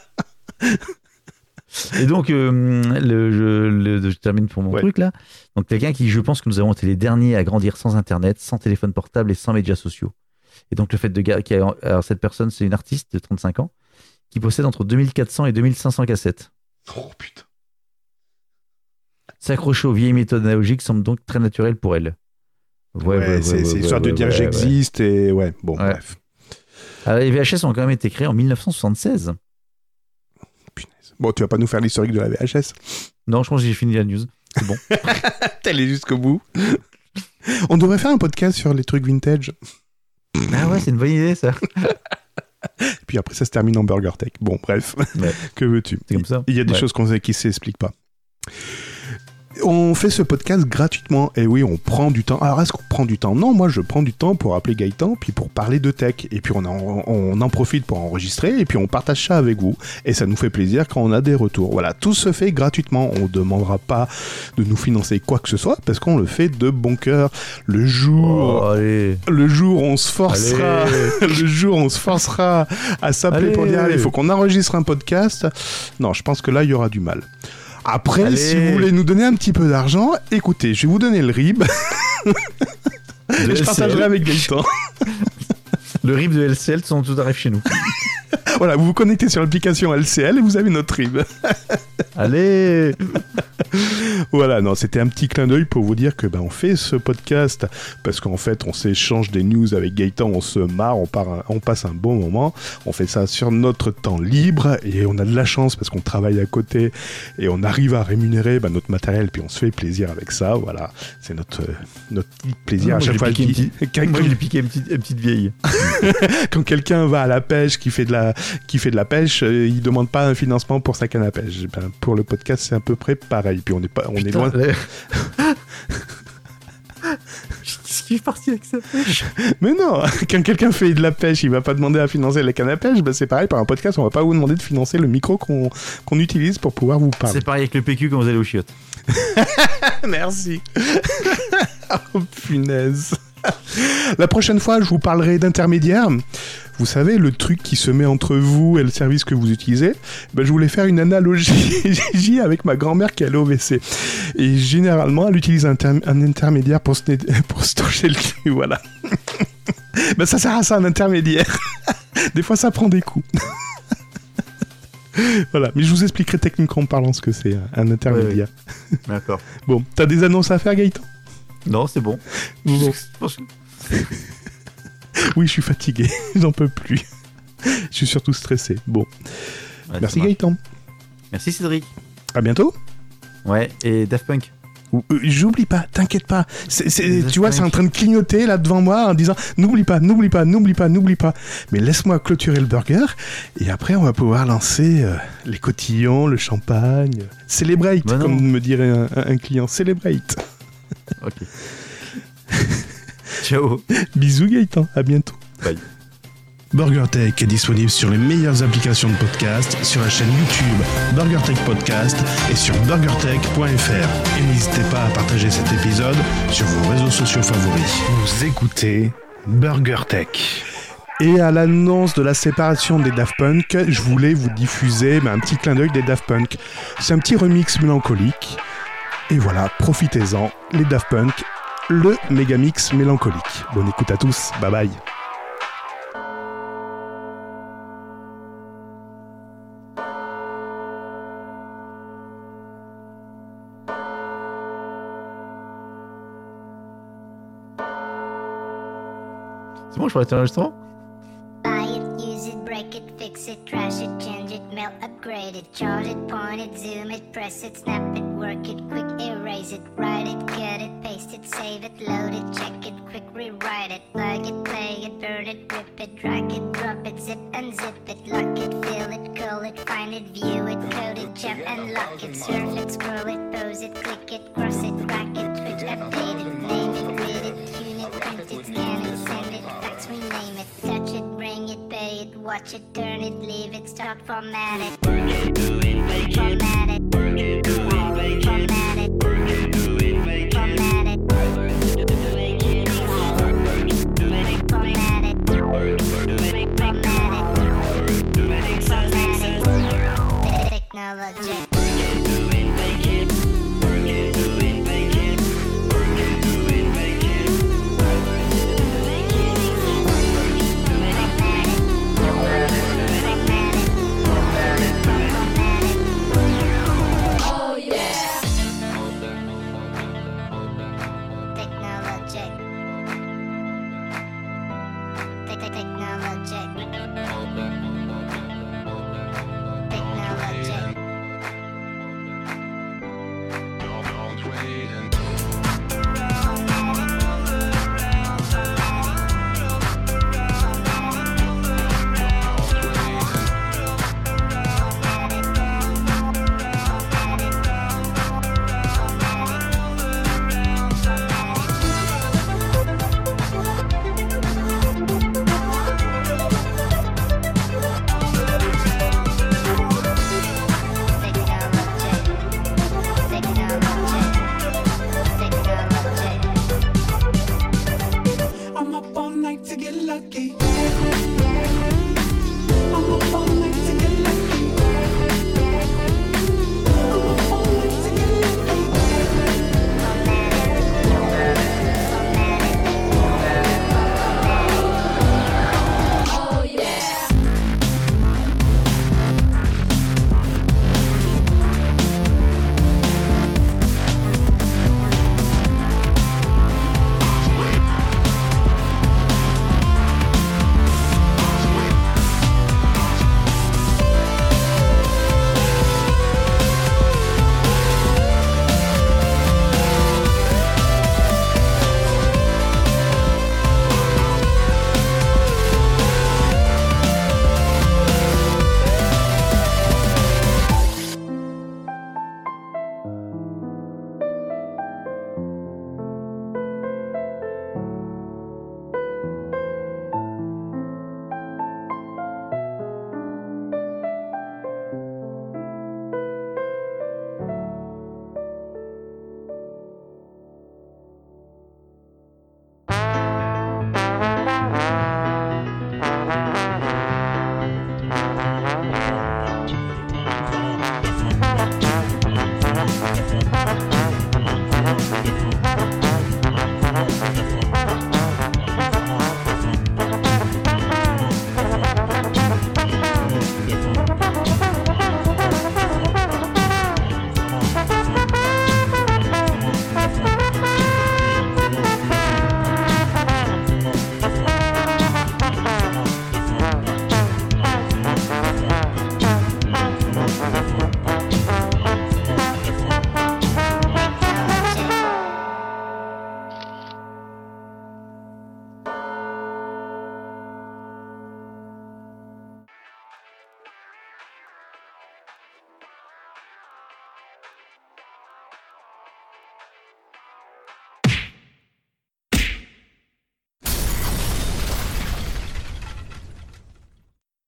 Et donc, euh, le, je, le, je termine pour mon ouais. truc là. Donc, quelqu'un qui, je pense que nous avons été les derniers à grandir sans Internet, sans téléphone portable et sans médias sociaux. Et donc, le fait de garder. Alors, cette personne, c'est une artiste de trente-cinq ans qui possède entre deux mille quatre cents et deux mille cinq cents cassettes. Oh putain. S'accrocher aux vieilles méthodes analogiques semble donc très naturel pour elle. Ouais, ouais, ouais c'est, ouais, c'est ouais, histoire ouais, de dire ouais, j'existe ouais. et ouais, bon, ouais. bref. Alors, les V H S ont quand même été créés en dix-neuf cent soixante-seize. Bon, tu vas pas nous faire l'historique de la V H S? Non, je pense que j'ai fini la news. C'est bon. T'es allé jusqu'au bout. On devrait faire un podcast sur les trucs vintage. Ah ouais, c'est une bonne idée, ça. Et puis après, ça se termine en Burger Tech. Bon, bref. Ouais. Que veux-tu? C'est comme ça. Il y a des ouais. choses qu'on sait qui ne s'expliquent pas. On fait ce podcast gratuitement. Et oui, on prend du temps. Alors, est-ce qu'on prend du temps? Non, moi, je prends du temps pour appeler Gaëtan, puis pour parler de tech. Et puis, on en, on en profite pour enregistrer, et puis on partage ça avec vous. Et ça nous fait plaisir quand on a des retours. Voilà, tout se fait gratuitement. On ne demandera pas de nous financer quoi que ce soit, parce qu'on le fait de bon cœur. Le jour, oh, le jour où on se forcera, le jour où on se forcera à s'appeler allez. pour dire, allez, il faut qu'on enregistre un podcast. Non, je pense que là, il y aura du mal. Après, Allez. si vous voulez nous donner un petit peu d'argent, écoutez, je vais vous donner le R I B. Et je partagerai avec Gaëtan. Le R I B de L C L, tout arrive chez nous. Voilà, vous vous connectez sur l'application L C L et vous avez notre R I B. Allez. Voilà, non, c'était un petit clin d'œil pour vous dire que ben on fait ce podcast parce qu'en fait on s'échange des news avec Gaëtan, on se marre, on, part un, on passe un bon moment, on fait ça sur notre temps libre et on a de la chance parce qu'on travaille à côté et on arrive à rémunérer ben, notre matériel puis on se fait plaisir avec ça, voilà, c'est notre, notre plaisir ah, à chaque fois. Qui... Petit... Moi je l'ai piqué une petite, une petite vieille. Quand quelqu'un va à la pêche, qui fait de la, qui fait de la pêche, euh, il demande pas un financement pour sa canne à pêche. Ben, pour le podcast c'est à peu près pareil. Puis on est pas, on Putain, est loin. Les... Qu'est-ce qui est parti avec sa pêche? Mais non, quand quelqu'un fait de la pêche, il va pas demander à financer la canne à pêche. Ben c'est pareil, par un podcast, on va pas vous demander de financer le micro qu'on, qu'on utilise pour pouvoir vous parler. C'est pareil avec le P Q quand vous allez au chiottes. Merci. Oh punaise. La prochaine fois, je vous parlerai d'intermédiaire. Vous savez, le truc qui se met entre vous et le service que vous utilisez. Ben, je voulais faire une analogie avec ma grand-mère qui allait au W C. Et généralement, elle utilise un, term- un intermédiaire pour se, net- pour se toucher le cul. Voilà. Ben, ça sert à ça, un intermédiaire. Des fois, ça prend des coups. Voilà, mais je vous expliquerai techniquement parlant ce que c'est un intermédiaire. Ouais, ouais. D'accord. Bon, t'as des annonces à faire, Gaëtan? Non, c'est bon. Bon. Oui, je suis fatigué, j'en peux plus. Je suis surtout stressé. Bon. Ouais, merci Gaëtan. Merci Cédric. À bientôt. Ouais, et Daft Punk. J'oublie pas, t'inquiète pas. C'est, c'est, tu vois, c'est en train de clignoter là devant moi en disant n'oublie pas, n'oublie pas, n'oublie pas, n'oublie pas. Mais laisse-moi clôturer le burger et après on va pouvoir lancer euh, les cotillons, le champagne. Celebrate, bah comme me dirait un, un client. Celebrate. Ok. Ciao. Bisous Gaëtan, à bientôt. Bye. BurgerTech est disponible sur les meilleures applications de podcast, sur la chaîne YouTube BurgerTech Podcast et sur burgertech point f r. Et n'hésitez pas à partager cet épisode sur vos réseaux sociaux favoris. Vous écoutez BurgerTech. Et à l'annonce de la séparation des Daft Punk, je voulais vous diffuser bah, un petit clin d'œil des Daft Punk. C'est un petit remix mélancolique. Et voilà, profitez-en, les Daft Punk, le mégamix mélancolique. Bonne écoute à tous, bye bye. C'est bon, je pourrais être enregistrement? Buy it, use it, break it, fix it, trash it, change it, melt, upgrade it, chart it, point it, zoom it, press it, snap it, work it, quick erase it, write it, cut it, paste it, save it, load it, check it, quick rewrite it, plug it, play it, burn it, rip it, drag it, drop it, zip unzip it, lock it, fill it, call it, find it, view it, code it, jump and lock it, surf it, scroll it, pose it, click it, cross it, crack it, switch, update it, name it, read it, tune it, print it, scan it, send it, fax, rename it, touch it, bring it, pay it, watch it, turn it, leave it, start, format it, format it.